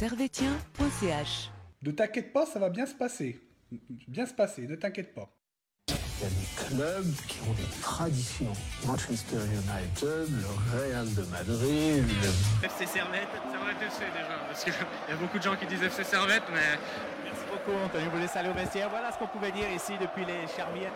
servetien.ch. Ne t'inquiète pas, ça va bien se passer. Ne t'inquiète pas. Il y a des clubs qui ont des traditions. Manchester United, le Real de Madrid, FC Servette FC déjà, parce qu'il y a beaucoup de gens qui disent FC Servette, mais... Merci beaucoup Anthony, vous laissez aller au vestiaire. Voilà ce qu'on pouvait dire ici depuis les Charmières.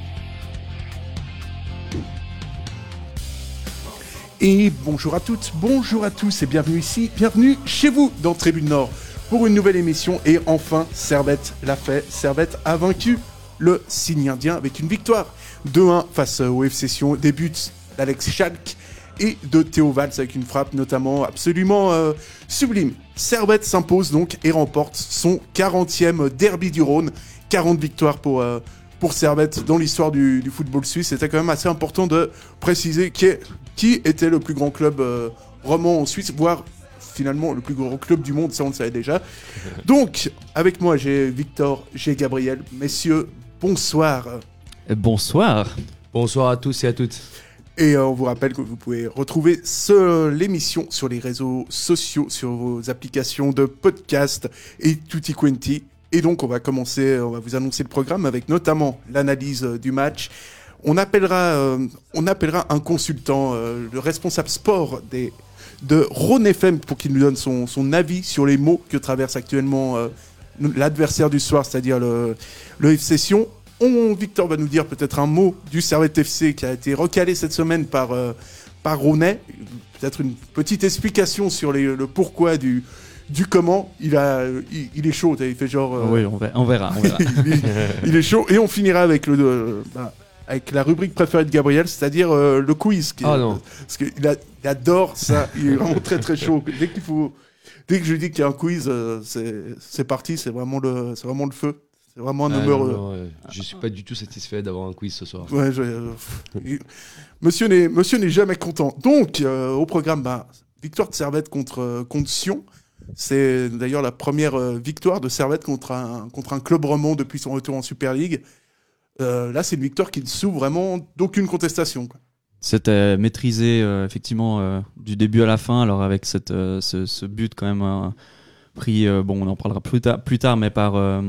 Et bonjour à toutes, bonjour à tous et bienvenue ici, bienvenue chez vous dans Tribune Nord pour une nouvelle émission. Et enfin, Servette l'a fait, Servette a vaincu le Signe Indien avec une victoire 2-1 face au FC Sion, des buts d'Alex Schalk et de Théo Valls avec une frappe notamment absolument sublime. Servette s'impose donc et remporte son 40e derby du Rhône, 40 victoires pour Servette dans l'histoire du football suisse. C'était quand même assez important de préciser qui était le plus grand club roman en Suisse, voire finalement le plus grand club du monde, ça on le savait déjà. Donc, avec moi, j'ai Victor, j'ai Gabriel. Messieurs, bonsoir. Bonsoir. Bonsoir à tous et à toutes. Et on vous rappelle que vous pouvez retrouver l'émission sur les réseaux sociaux, sur vos applications de podcast et tutti quanti. Et donc, on va vous annoncer le programme avec notamment l'analyse du match. On appellera un consultant, le responsable sport de Rhône FM pour qu'il nous donne son avis sur les mots que traverse actuellement l'adversaire du soir, c'est-à-dire le FC Sion. Victor va nous dire peut-être un mot du Servette FC qui a été recalé cette semaine par Rhônais. Peut-être une petite explication sur le pourquoi du comment. Il est chaud, il fait genre... Oui, on verra. il est chaud. Et on finira avec avec la rubrique préférée de Gabriel, c'est-à-dire le quiz. Non. Parce qu'il adore ça. Il est vraiment très très chaud. Dès que je lui dis qu'il y a un quiz, c'est parti. C'est vraiment le feu. C'est vraiment un numéro. Je suis pas du tout satisfait d'avoir un quiz ce soir. Ouais, Monsieur n'est jamais content. Donc, au programme, victoire de Servette contre Sion. C'est d'ailleurs la première victoire de Servette contre un club roman depuis son retour en Super League. Là, c'est une victoire qui ne souffre vraiment d'aucune contestation, quoi. C'était maîtrisé effectivement du début à la fin. Alors avec ce but quand même pris, on en parlera plus tard, mais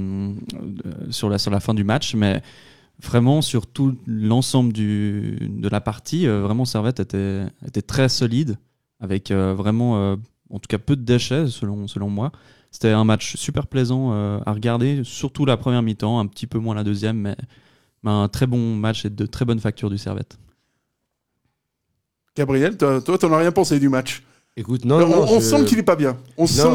sur la fin du match. Mais vraiment sur tout l'ensemble de la partie, vraiment Servette était très solide avec vraiment en tout cas peu de déchets selon moi. C'était un match super plaisant à regarder, surtout la première mi-temps, un petit peu moins la deuxième, mais un très bon match et de très bonnes factures du Servette. Gabriel, toi, t'en as rien pensé du match? Écoute, on sent qu'il est pas bien. On sent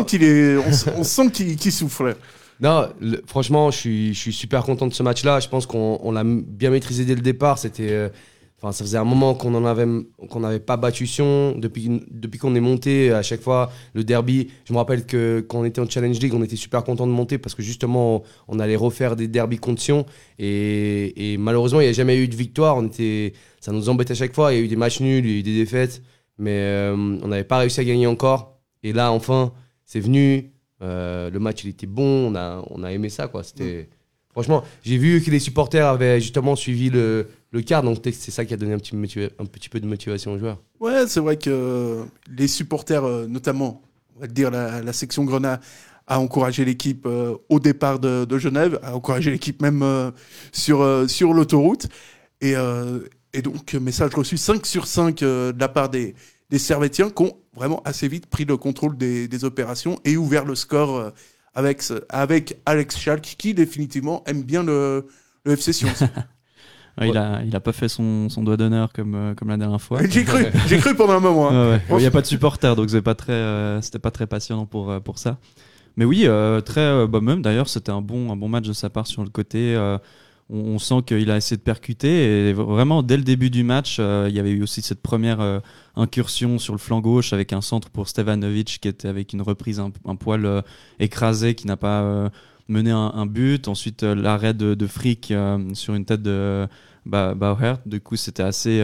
qu'il souffre. Non, franchement, je suis super content de ce match-là. Je pense qu'on l'a bien maîtrisé dès le départ. C'était, ça faisait un moment qu'on n'avait pas battu Sion depuis qu'on est monté à chaque fois le derby. Je me rappelle que quand on était en Challenge League, on était super content de monter parce que justement on allait refaire des derbys contre Sion et malheureusement il n'y a jamais eu de victoire. Ça nous embêtait à chaque fois. Il y a eu des matchs nuls, il y a eu des défaites, mais on n'avait pas réussi à gagner encore. Et là enfin c'est venu. Le match il était bon, on a aimé ça quoi. C'était franchement, j'ai vu que les supporters avaient justement suivi le quart, donc c'est ça qui a donné un petit peu de motivation aux joueurs. Ouais, c'est vrai que les supporters, notamment, on va dire la section Grenat, a encouragé l'équipe au départ de Genève, a encouragé l'équipe même sur l'autoroute. Et donc, message reçu 5 sur 5 de la part des Servettiens qui ont vraiment assez vite pris le contrôle des opérations et ouvert le score avec Alex Schalk qui définitivement aime bien le FC Sion. Ouais. Il a pas fait son doigt d'honneur comme la dernière fois. J'ai cru pendant un moment. Ouais. Il n'y a pas de supporters, donc c'était pas très passionnant pour ça. Mais oui, même d'ailleurs, c'était un bon match de sa part sur le côté. On sent qu'il a essayé de percuter et vraiment dès le début du match, il y avait eu aussi cette première incursion sur le flanc gauche avec un centre pour Stevanovic qui était avec une reprise un poil écrasée qui n'a pas mené un but. Ensuite l'arrêt de Frick sur une tête de Bauer. Du coup c'était assez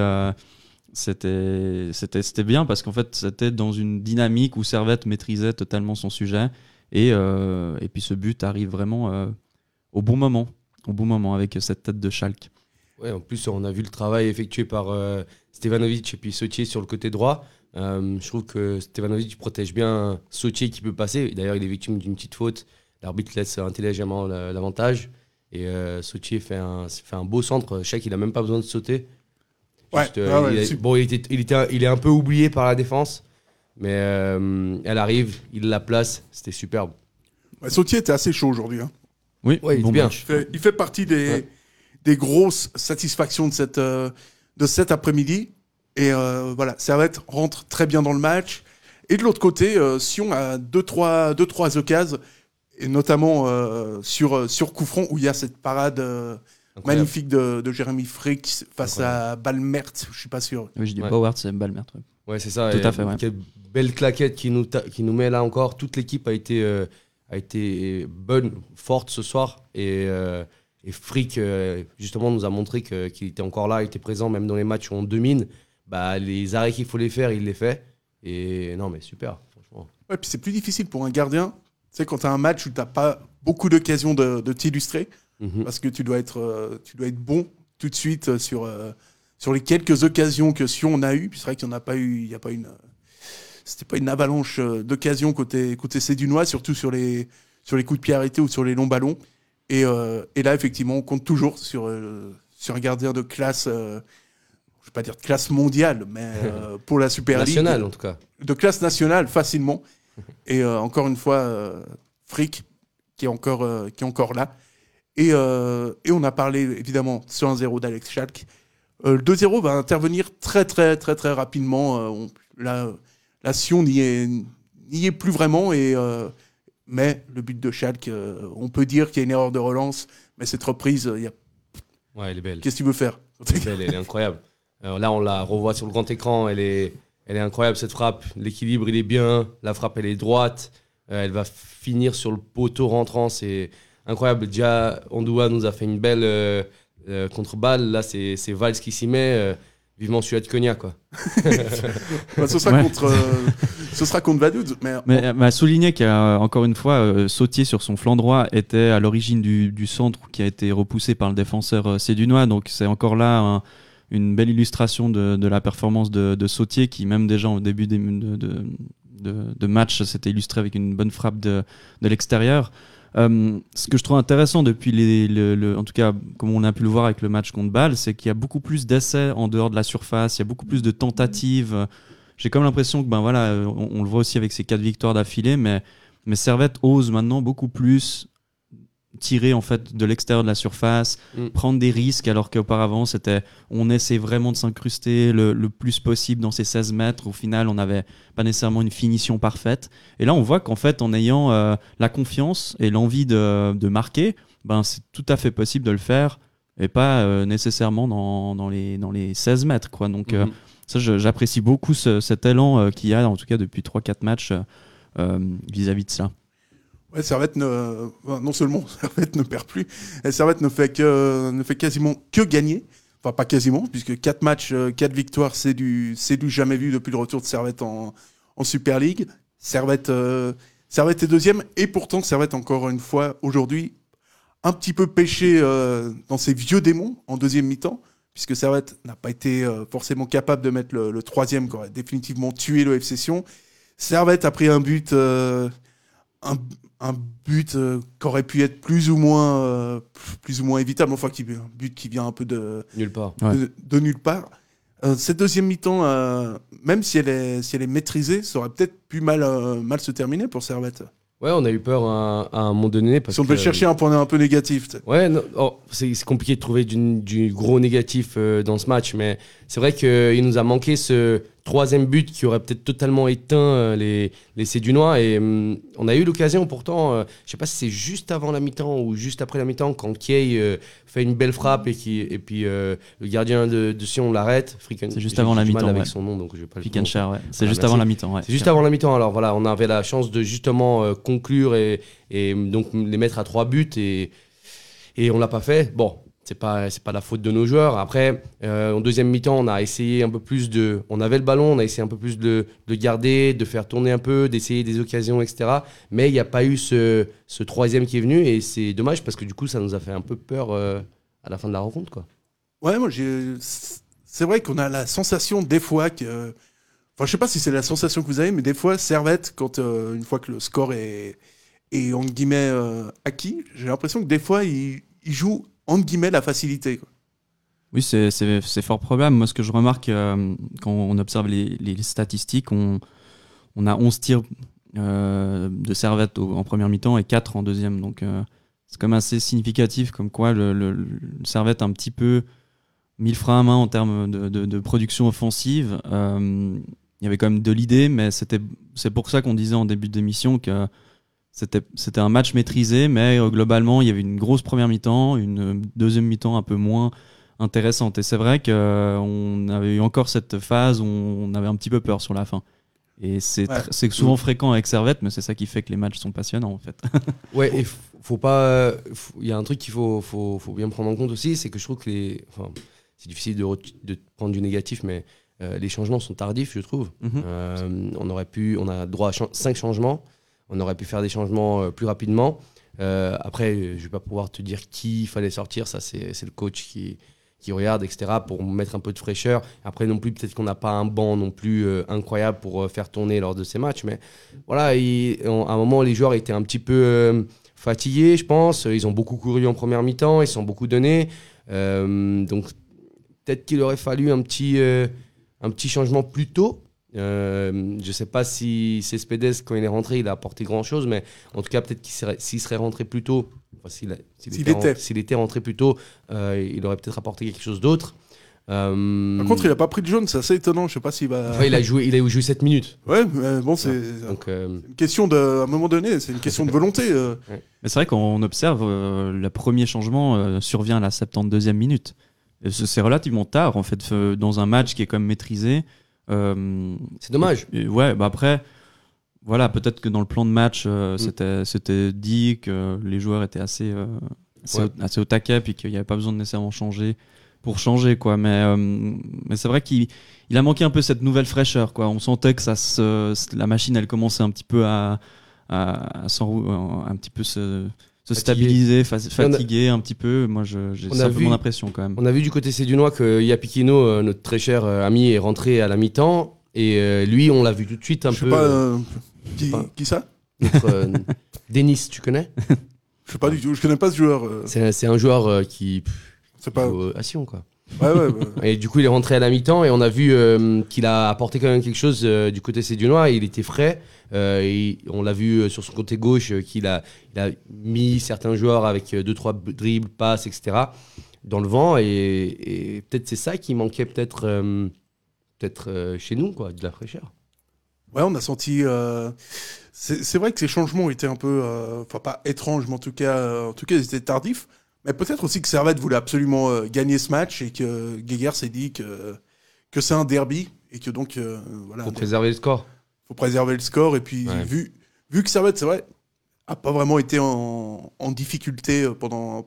c'était bien parce qu'en fait c'était dans une dynamique où Servette maîtrisait totalement son sujet et puis ce but arrive vraiment au bon moment avec cette tête de Schalk. Ouais, en plus, on a vu le travail effectué par Stevanovic et puis Sautier sur le côté droit. Je trouve que Stevanovic protège bien Sautier qui peut passer. D'ailleurs, il est victime d'une petite faute. L'arbitre laisse intelligemment l'avantage. Et Sautier fait un beau centre. Je sais qu'il n'a même pas besoin de sauter. Juste, il est un peu oublié par la défense. Mais elle arrive, il la place. C'était superbe. Ouais, Sautier était assez chaud aujourd'hui. Hein. Oui, Ouais, il bon est bien. match. Il fait partie des grosses satisfactions de cet après-midi. Et voilà, Servette rentre très bien dans le match. Et de l'autre côté, Sion a 2-3 occasions, et notamment sur coup franc, où il y a cette parade magnifique de Jérémy Frick face à Balmert, je suis pas sûr. Oui, je dis Ouais. Bauer, c'est Balmert. Ouais. Ouais, c'est ça. Tout Et à fait, ouais. Quelle belle claquette qui nous met là encore. Toute l'équipe a été bonne, forte ce soir. Et Frick, justement, nous a montré qu'il était encore là, il était présent, même dans les matchs où on domine. Bah, les arrêts qu'il faut les faire, il les fait. Et non, mais super, franchement. Ouais, puis c'est plus difficile pour un gardien. Tu sais, quand tu as un match où tu n'as pas beaucoup d'occasions de t'illustrer, parce que tu dois être bon tout de suite sur les quelques occasions que Sion a eues. Puis c'est vrai qu'il n'y en a pas eu, c'était pas une avalanche d'occasions côté Sédunois, surtout sur les coups de pied arrêtés ou sur les longs ballons. Et là, effectivement, on compte toujours sur un gardien de classe, je ne vais pas dire de classe mondiale, mais pour la Super League. National, en tout cas. De classe nationale, facilement. Et encore une fois, Frick, qui est encore là. Et on a parlé, évidemment, sur 1-0 d'Alex Schalk. Le 2-0 va intervenir très, très, très, très rapidement. La Sion n'y est plus vraiment. Mais le but de Schalk, on peut dire qu'il y a une erreur de relance. Mais cette reprise, Ouais, elle est belle. qu'est-ce qu'il veut faire? Elle est belle, elle est incroyable. Là, on la revoit sur le grand écran. Elle est incroyable, cette frappe. L'équilibre, il est bien. La frappe, elle est droite. Elle va finir sur le poteau rentrant. C'est incroyable. Déjà, Ondoua nous a fait une belle contre-balle. Là, c'est Valls qui s'y met. Vivement Suat Konya, quoi. Ce sera contre Vaduz. Mais m'a souligné qu'encore une fois, Sautier sur son flanc droit était à l'origine du centre qui a été repoussé par le défenseur sédunois. Donc c'est encore là une belle illustration de la performance de Sautier, qui même déjà au début de match s'était illustré avec une bonne frappe de l'extérieur. Ce que je trouve intéressant depuis en tout cas comme on a pu le voir avec le match contre Bâle, c'est qu'il y a beaucoup plus d'essais en dehors de la surface, il y a beaucoup plus de tentatives. J'ai comme l'impression que on le voit aussi avec ces 4 victoires d'affilée, mais Servette ose maintenant beaucoup plus tirer en fait de l'extérieur de la surface, prendre des risques, alors qu'auparavant on essaie vraiment de s'incruster le plus possible dans ces 16 mètres. Au final, on n'avait pas nécessairement une finition parfaite. Et là, on voit qu'en fait, en ayant la confiance et l'envie de marquer, c'est tout à fait possible de le faire, et pas nécessairement dans les 16 mètres, quoi. Donc ça, j'apprécie beaucoup cet élan qu'il y a, en tout cas depuis 3-4 matchs vis-à-vis de ça. Ouais, Servette non seulement Servette ne perd plus, Servette ne fait quasiment que gagner. Enfin, pas quasiment, puisque 4 matchs, 4 victoires, c'est du jamais vu depuis le retour de Servette en Super League. Servette est deuxième, et pourtant Servette, encore une fois, aujourd'hui, un petit peu pêché dans ses vieux démons en deuxième mi-temps, puisque Servette n'a pas été forcément capable de mettre le troisième, qui aurait définitivement tué le FC Sion. Servette a pris un but... Un but qui aurait pu être plus ou moins évitable, enfin un but qui vient un peu de nulle part. De nulle part. Cette deuxième mi-temps, même si elle est maîtrisée, ça aurait peut-être pu mal se terminer pour Servette. Ouais, on a eu peur à un moment donné. Si on peut chercher un point un peu négatif. T'sais. Ouais, c'est compliqué de trouver du gros négatif dans ce match, mais c'est vrai qu'il nous a manqué ce troisième but qui aurait peut-être totalement éteint les Sédunois. Et on a eu l'occasion pourtant, je sais pas si c'est juste avant la mi-temps ou juste après la mi-temps, quand Kay fait une belle frappe et puis le gardien de Sion l'arrête. C'est juste avant la mi-temps. Avec son nom, donc je vais pas le Fickenshire, ouais. C'est juste avant la mi-temps. Ouais. C'est juste avant la mi-temps. Alors voilà, on avait la chance de justement conclure et donc les mettre à 3 buts et on l'a pas fait. Bon. C'est pas la faute de nos joueurs. Après, en deuxième mi-temps, on a essayé un peu plus on avait le ballon, on a essayé un peu plus de garder, de faire tourner un peu, d'essayer des occasions, etc. Mais il n'y a pas eu ce troisième qui est venu et c'est dommage parce que du coup, ça nous a fait un peu peur à la fin de la rencontre, quoi. Ouais, moi, c'est vrai qu'on a la sensation des fois que... Enfin, je sais pas si c'est la sensation que vous avez, mais des fois, Servette, quand une fois que le score est entre guillemets acquis, j'ai l'impression que des fois, il joue entre guillemets la facilité, quoi. Oui, c'est fort probable. Moi, ce que je remarque quand on observe les statistiques, on a 11 tirs de Servette en première mi-temps et 4 en deuxième. Donc, c'est quand même assez significatif, comme quoi le Servette a un petit peu mis le frein à main en termes de production offensive. Il y avait quand même de l'idée, mais c'est pour ça qu'on disait en début d'émission que c'était un match maîtrisé, mais globalement, il y avait une grosse première mi-temps, une deuxième mi-temps un peu moins intéressante. Et c'est vrai qu'on avait eu encore cette phase où on avait un petit peu peur sur la fin. Et c'est souvent fréquent avec Servette, mais c'est ça qui fait que les matchs sont passionnants, en fait. Ouais, et faut pas. Il y a un truc qu'il faut bien prendre en compte aussi, c'est que je trouve que c'est difficile de prendre du négatif, mais les changements sont tardifs, je trouve. On a droit à 5 changements. On aurait pu faire des changements plus rapidement. Après, je vais pas pouvoir te dire qui il fallait sortir. Ça, c'est le coach qui regarde, etc., pour mettre un peu de fraîcheur. Après, non plus, peut-être qu'on n'a pas un banc non plus incroyable pour faire tourner lors de ces matchs. Mais voilà, à un moment, les joueurs étaient un petit peu fatigués, je pense. Ils ont beaucoup couru en première mi-temps. Ils se sont beaucoup donnés. Donc, peut-être qu'il aurait fallu un petit changement plus tôt. Je ne sais pas si Cespedes, quand il est rentré, il a apporté grand-chose, mais en tout cas, peut-être s'il serait rentré plus tôt, s'il était rentré plus tôt, il aurait peut-être apporté quelque chose d'autre. Par contre, il n'a pas pris de jaune, c'est assez étonnant. Je ne sais pas s'il va... Ouais, il a joué 7 minutes. Ouais, mais bon, c'est une question à un moment donné, c'est une question de volonté. Ouais. Mais c'est vrai qu'on observe, le premier changement survient à la 72e minute. Et c'est relativement tard, en fait, dans un match qui est quand même maîtrisé. C'est dommage. Ouais, bah après, voilà, peut-être que dans le plan de match, c'était dit que les joueurs étaient assez au taquet, puis qu'il n'y avait pas besoin de nécessairement changer pour changer, quoi. Mais c'est vrai qu'il a manqué un peu cette nouvelle fraîcheur, quoi. On sentait que la machine, elle commençait un petit peu à un petit peu se stabiliser, fatiguer un petit peu. Moi, j'ai un peu mon impression quand même. On a vu du côté sédunois que Yapikino, notre très cher ami, est rentré à la mi-temps. Et lui, on l'a vu tout de suite un peu. Je sais pas, qui ça Denis, tu connais? Je sais pas du tout, je connais pas ce joueur. C'est un joueur qui. C'est pas. À Sion, quoi. Ouais. Et du coup, il est rentré à la mi-temps et on a vu qu'il a apporté quand même quelque chose du côté sédunois. Il était frais. Et on l'a vu sur son côté gauche qu'il a mis certains joueurs avec 2-3 dribbles, passes, etc. dans le vent. Et peut-être c'est ça qui manquait peut-être chez nous, quoi, de la fraîcheur. Ouais, on a senti. C'est vrai que ces changements étaient un peu, enfin pas étranges, mais en tout cas, ils étaient tardifs. Mais peut-être aussi que Servette voulait absolument gagner ce match et que Guéguer s'est dit que c'est un derby et que donc voilà. Faut préserver le score. Faut préserver le score et puis vu que Servette, c'est vrai, a pas vraiment été en difficulté pendant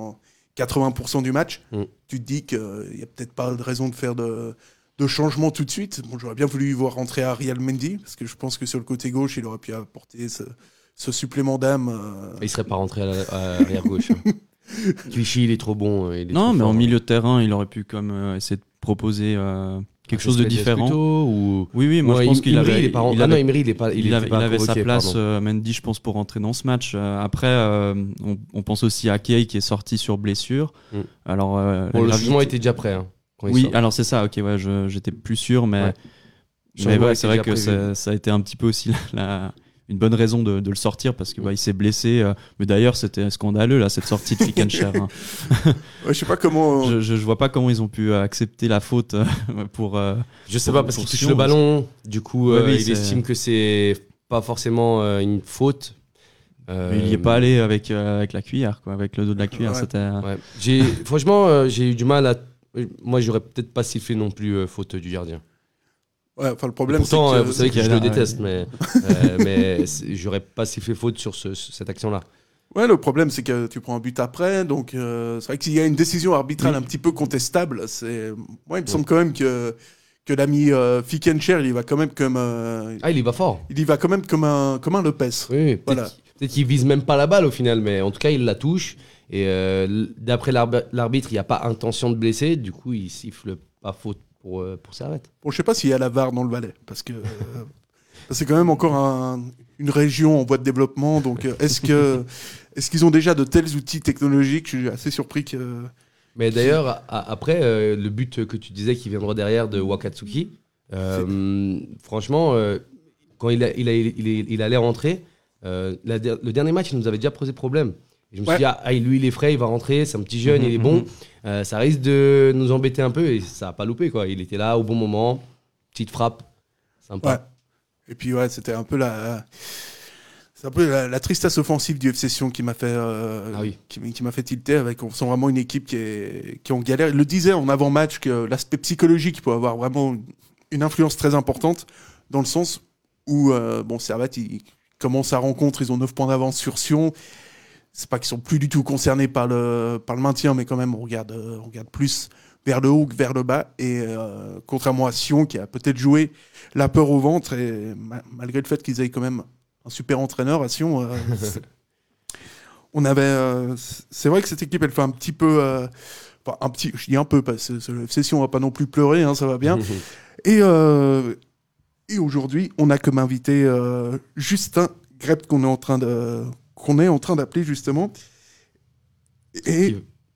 80% du match, tu te dis qu'il y a peut-être pas de raison de faire de changement tout de suite. Bon, j'aurais bien voulu voir rentrer Ariel Mendy parce que je pense que sur le côté gauche, il aurait pu apporter ce supplément d'âme. Il serait pas rentré à l'arrière gauche. Clichy, il est trop bon. Non, mais en milieu de terrain, il aurait pu comme essayer de proposer quelque chose de différent. Plutôt, Oui, moi je pense qu'il avait. Emery, il avait sa place, Mendy, je pense, pour rentrer dans ce match. Après, on pense aussi à Kay qui est sorti sur blessure. Alors, le jugement était déjà prêt. Hein, oui, alors c'est ça. Ok, ouais, j'étais plus sûr, mais c'est vrai que ça a été un petit peu aussi une bonne raison de le sortir parce que il s'est blessé. Mais d'ailleurs, c'était scandaleux là cette sortie de Fickenshire. Hein. Je sais pas comment. Je vois pas comment ils ont pu accepter la faute pour. Je sais pas parce qu'il touche le ballon. Du coup, il estime que c'est pas forcément une faute. Mais il y est pas allé avec la cuillère, quoi, avec le dos de la cuillère. Ouais. C'était. Ouais. Franchement, j'ai eu du mal à. Moi, j'aurais peut-être pas sifflé non plus faute du gardien. Ouais, enfin le problème. Pourtant, c'est que vous savez que je le déteste, mais j'aurais pas sifflé faute sur cette action-là. Ouais, le problème c'est que tu prends un but après, donc c'est vrai qu'il y a une décision arbitrale un petit peu contestable. Moi, il me semble quand même que l'ami Fickenshire, il y va quand même comme. Il y va fort. Il y va quand même comme un Lopez. Oui, voilà. Peut-être qu'il vise même pas la balle au final, mais en tout cas, il la touche. Et d'après l'arbitre, il n'y a pas intention de blesser. Du coup, il siffle pas faute pour Servette. Bon, je sais pas s'il y a la VAR dans le Valais, parce que c'est quand même encore une région en voie de développement. Donc, est-ce qu'ils ont déjà de tels outils technologiques? Je suis assez surpris que. Mais d'ailleurs, après, le but que tu disais qui viendra derrière de Wakatsuki, franchement, quand il allait rentrer, le dernier match, il nous avait déjà posé problème. Et je me suis dit, lui, il est frais, il va rentrer, c'est un petit jeune, il est bon. Ça risque de nous embêter un peu et ça n'a pas loupé, quoi. Il était là au bon moment, petite frappe, sympa. Ouais. Et puis, c'était un peu la tristesse offensive du FC Sion qui m'a fait, qui m'a fait tilter. On sent vraiment une équipe qui est en galère. Il le disait en avant-match que l'aspect psychologique peut avoir vraiment une influence très importante dans le sens où, Servette, ils commencent à rencontre, ils ont 9 points d'avance sur Sion. C'est pas qu'ils sont plus du tout concernés par le maintien, mais quand même, on regarde plus vers le haut que vers le bas. Et contrairement à Sion, qui a peut-être joué la peur au ventre, et malgré le fait qu'ils aient quand même un super entraîneur à Sion, on avait. C'est vrai que cette équipe, elle fait un petit peu. Je dis un peu, parce que le FC Sion, on va pas non plus pleurer, ça va bien. Et aujourd'hui, on a comme invité Justin Grept qu'on est en train d'appeler justement. Et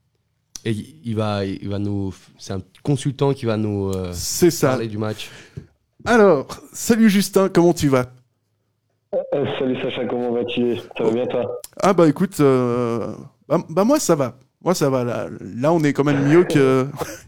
il va nous. C'est un consultant qui va nous parler du match. Alors, salut Justin, comment tu vas? Salut Sacha, comment vas-tu? Ça va bien toi? Ah bah écoute, moi ça va. Là on est quand même mieux que.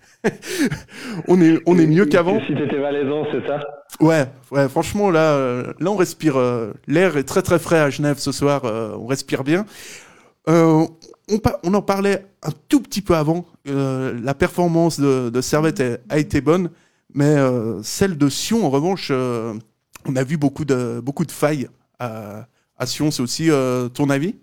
on est mieux qu'avant. Si t'étais valaisan, c'est ça? Ouais, franchement là on respire. L'air est très très frais à Genève ce soir. On respire bien. On en parlait un tout petit peu avant. La performance de Servette a été bonne, mais celle de Sion en revanche, on a vu beaucoup de failles à Sion. C'est aussi ton avis?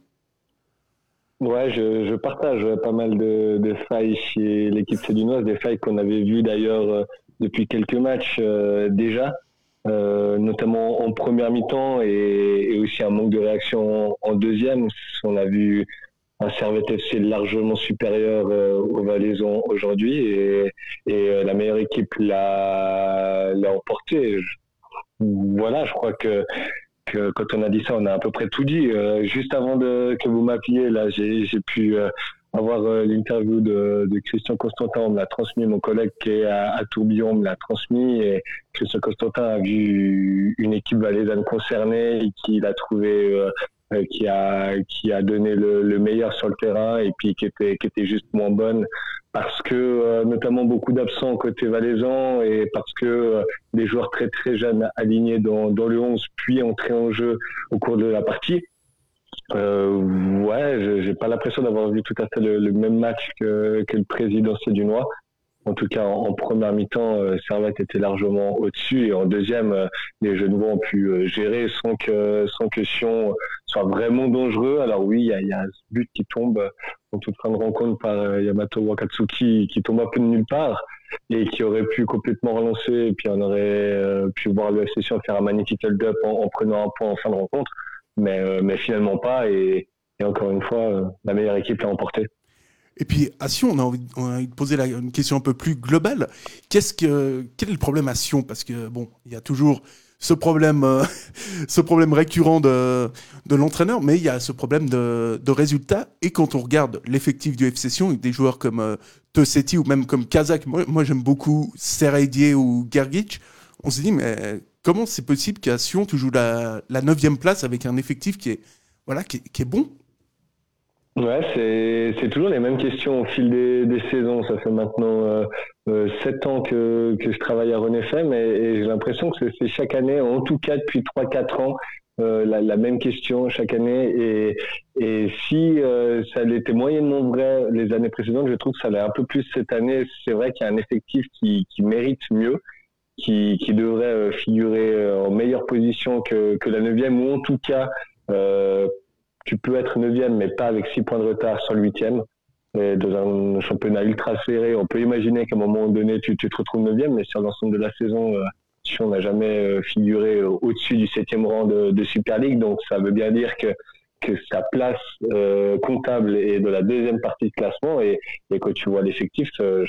Ouais, je partage pas mal de failles chez l'équipe sédunoise, des failles qu'on avait vues d'ailleurs depuis quelques matchs déjà, notamment en première mi-temps et aussi un manque de réaction en deuxième. On a vu un Servette FC largement supérieur aux Valaisans aujourd'hui et la meilleure équipe l'a emporté. Voilà, je crois que quand on a dit ça, on a à peu près tout dit. Juste avant que vous m'appeliez, là, j'ai pu avoir l'interview de Christian Constantin. On me l'a transmis, mon collègue qui est à Tourbillon me l'a transmis. Et Christian Constantin a vu une équipe valaisanne concernée et qui l'a trouvé, qui a donné le meilleur sur le terrain et puis qui était juste moins bonne. Parce que notamment beaucoup d'absents côté valaisan et parce que des joueurs très très jeunes alignés dans le 11 puis entrés en jeu au cours de la partie. J'ai pas l'impression d'avoir vu tout à fait le même match que le président sédunois. En tout cas, en première mi-temps, Servette était largement au-dessus et en deuxième, les Genevois ont pu gérer sans que Sion soit vraiment dangereux. Alors oui, il y a ce but qui tombe en toute fin de rencontre par Yamato Wakatsuki qui tombe un peu de nulle part et qui aurait pu complètement relancer et puis on aurait pu voir le FC Sion faire un magnifique hold-up en prenant un point en fin de rencontre, mais finalement pas et encore une fois, la meilleure équipe l'a emporté. Et puis à Sion, on a envie de poser une question un peu plus globale. Quel est le problème à Sion? Parce que il y a toujours ce problème récurrent de l'entraîneur, mais il y a ce problème de résultats. Et quand on regarde l'effectif du FC Sion, avec des joueurs comme Tossetti ou même comme Kazak, moi j'aime beaucoup Seraidier ou Gergic, on se dit mais comment c'est possible qu'à Sion tu joues la 9e place avec un effectif qui est bon? Ouais, c'est toujours les mêmes questions au fil des saisons. Ça fait maintenant 7 ans que je travaille à Rhône FM et j'ai l'impression que c'est chaque année, en tout cas depuis 3-4 ans, la même question chaque année. Et si ça l'était moyennement vrai les années précédentes, je trouve que ça l'est un peu plus cette année. C'est vrai qu'il y a un effectif qui mérite mieux, qui devrait figurer en meilleure position que la 9e ou en tout cas... tu peux être 9e, mais pas avec 6 points de retard sur le 8e. Et dans un championnat ultra serré, on peut imaginer qu'à un moment donné, tu te retrouves 9e, mais sur l'ensemble de la saison, on n'a jamais figuré au-dessus du 7e rang de Super League. Donc, ça veut bien dire que sa place comptable est de la 2e partie de classement. Et quand tu vois l'effectif, je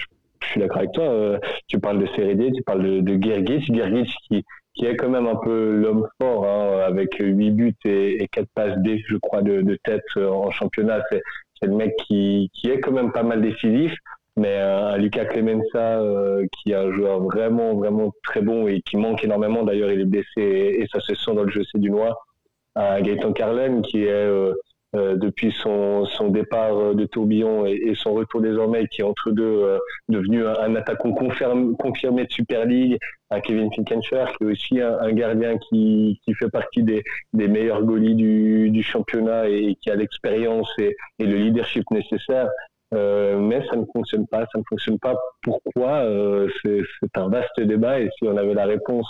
je suis d'accord avec toi. Tu parles de Seredi, tu parles de Gergic qui est quand même un peu l'homme fort, hein, avec 8 buts et 4 passes D, je crois, de tête en championnat. C'est le mec qui est quand même pas mal décisif. Mais Lucas Clemenza, qui est un joueur vraiment, vraiment très bon et qui manque énormément. D'ailleurs, il est blessé et ça se sent dans le jeu sédunois. Gaëtan Carlen, qui est depuis son départ de Tourbillon et son retour désormais, qui est entre deux devenu un attaquant confirmé de Super League. Kevin Finkencher, qui est aussi un gardien qui fait partie des meilleurs goalies du championnat et qui a l'expérience et le leadership nécessaire. Mais ça ne fonctionne pas. Pourquoi c'est un vaste débat et si on avait la réponse,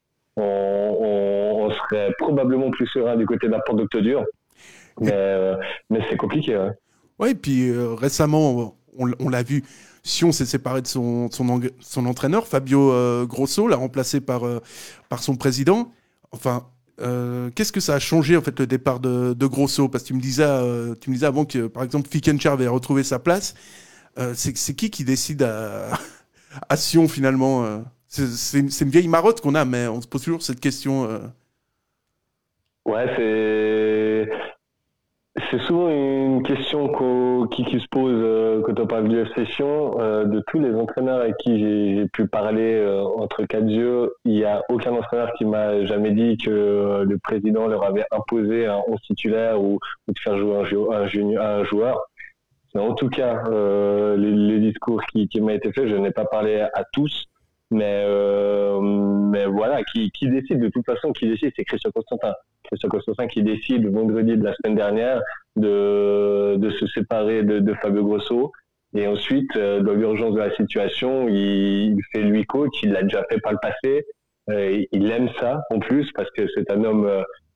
on serait probablement plus serein du côté de la porte d'Octodure. Mais c'est compliqué. Ouais. Ouais, et puis récemment, on l'a vu, Sion s'est séparé de son entraîneur, Fabio Grosso, l'a remplacé par son président. Enfin, qu'est-ce que ça a changé en fait le départ de Grosso? Parce que tu me disais avant que par exemple Finkencher avait retrouvé sa place. C'est qui décide à Sion finalement? C'est une vieille marotte qu'on a, mais on se pose toujours cette question. Ouais, c'est souvent une question qui se pose quand on parle du FC Sion. De tous les entraîneurs avec qui j'ai pu parler entre quatre yeux, il n'y a aucun entraîneur qui m'a jamais dit que le président leur avait imposé un 11 titulaire ou de faire jouer un joueur. Mais en tout cas, les discours qui m'ont été faits, je n'ai pas parlé à tous. Mais voilà, qui décide de toute façon, c'est Christian Constantin. Christian Constantin qui décide vendredi de la semaine dernière de se séparer de Fabio Grosso. Et ensuite, dans l'urgence de la situation, il fait lui coach, il l'a déjà fait par le passé. Il aime ça en plus parce que c'est un homme,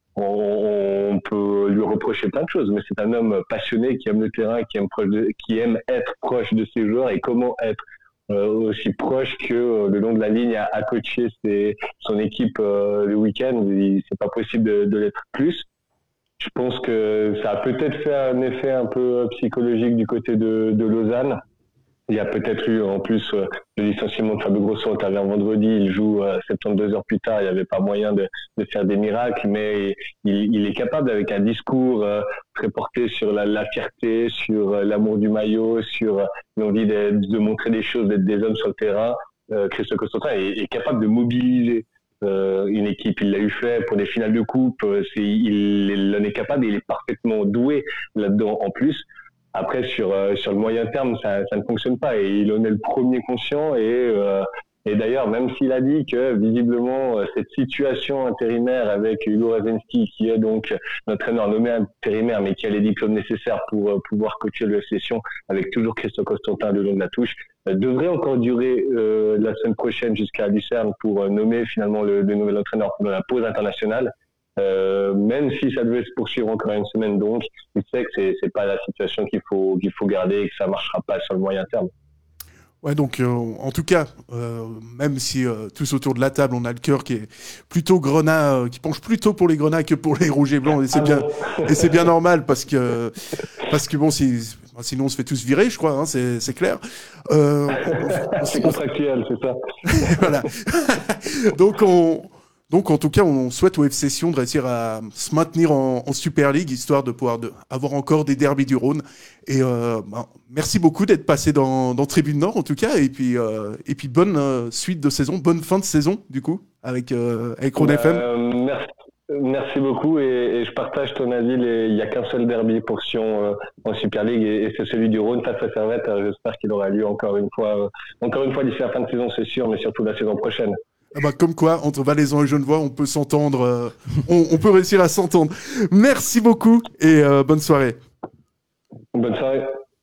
on peut lui reprocher plein de choses, mais c'est un homme passionné qui aime le terrain, qui aime être proche de ses joueurs et comment être aussi proche que le long de la ligne à coacher son équipe le week-end. C'est pas possible de l'être plus. Je pense que ça a peut-être fait un effet un peu psychologique du côté de Lausanne. Il y a peut-être eu en plus le licenciement de Fabio Grosso intervient vendredi, il joue 72 heures plus tard, il n'y avait pas moyen de faire des miracles, mais il est capable avec un discours très porté sur la fierté, sur l'amour du maillot, sur l'envie de montrer des choses, d'être des hommes sur le terrain. Christophe Constantin est capable de mobiliser une équipe. Il l'a eu fait pour des finales de coupe, il en est capable et il est parfaitement doué là-dedans en plus. Après, sur le moyen terme, ça ne fonctionne pas et il en est le premier conscient. Et d'ailleurs, même s'il a dit que visiblement, cette situation intérimaire avec Hugo Razenski, qui est donc l'entraîneur nommé intérimaire, mais qui a les diplômes nécessaires pour pouvoir coacher le FC Sion, avec toujours Christophe Constantin le long de la touche, devrait encore durer la semaine prochaine jusqu'à Lucerne pour nommer finalement le nouvel entraîneur pendant la pause internationale. Même si ça devait se poursuivre encore une semaine, donc il sait que c'est pas la situation qu'il faut garder et que ça marchera pas sur le moyen terme. Ouais, donc en tout cas, même si tous autour de la table, on a le cœur qui est plutôt grenat, qui penche plutôt pour les grenats que pour les rouges et blancs, et c'est bien normal parce que bon, sinon on se fait tous virer, je crois, hein, c'est clair. C'est contractuel, c'est ça. Voilà. Donc, en tout cas, on souhaite au FC Sion de réussir à se maintenir en Super League, histoire de pouvoir avoir encore des derbys du Rhône. Et merci beaucoup d'être passé dans Tribune Nord, en tout cas. Et puis bonne suite de saison, bonne fin de saison, du coup, avec Rhône FM. Merci beaucoup. Et je partage ton avis. Il n'y a qu'un seul derby pour Sion en Super League, et c'est celui du Rhône face à Servette. J'espère qu'il aura lieu encore une fois d'ici la fin de saison, c'est sûr, mais surtout la saison prochaine. Ah bah, comme quoi, entre Valaisan et Genevois, on peut s'entendre, on peut réussir à s'entendre. Merci beaucoup et bonne soirée. Bonne soirée.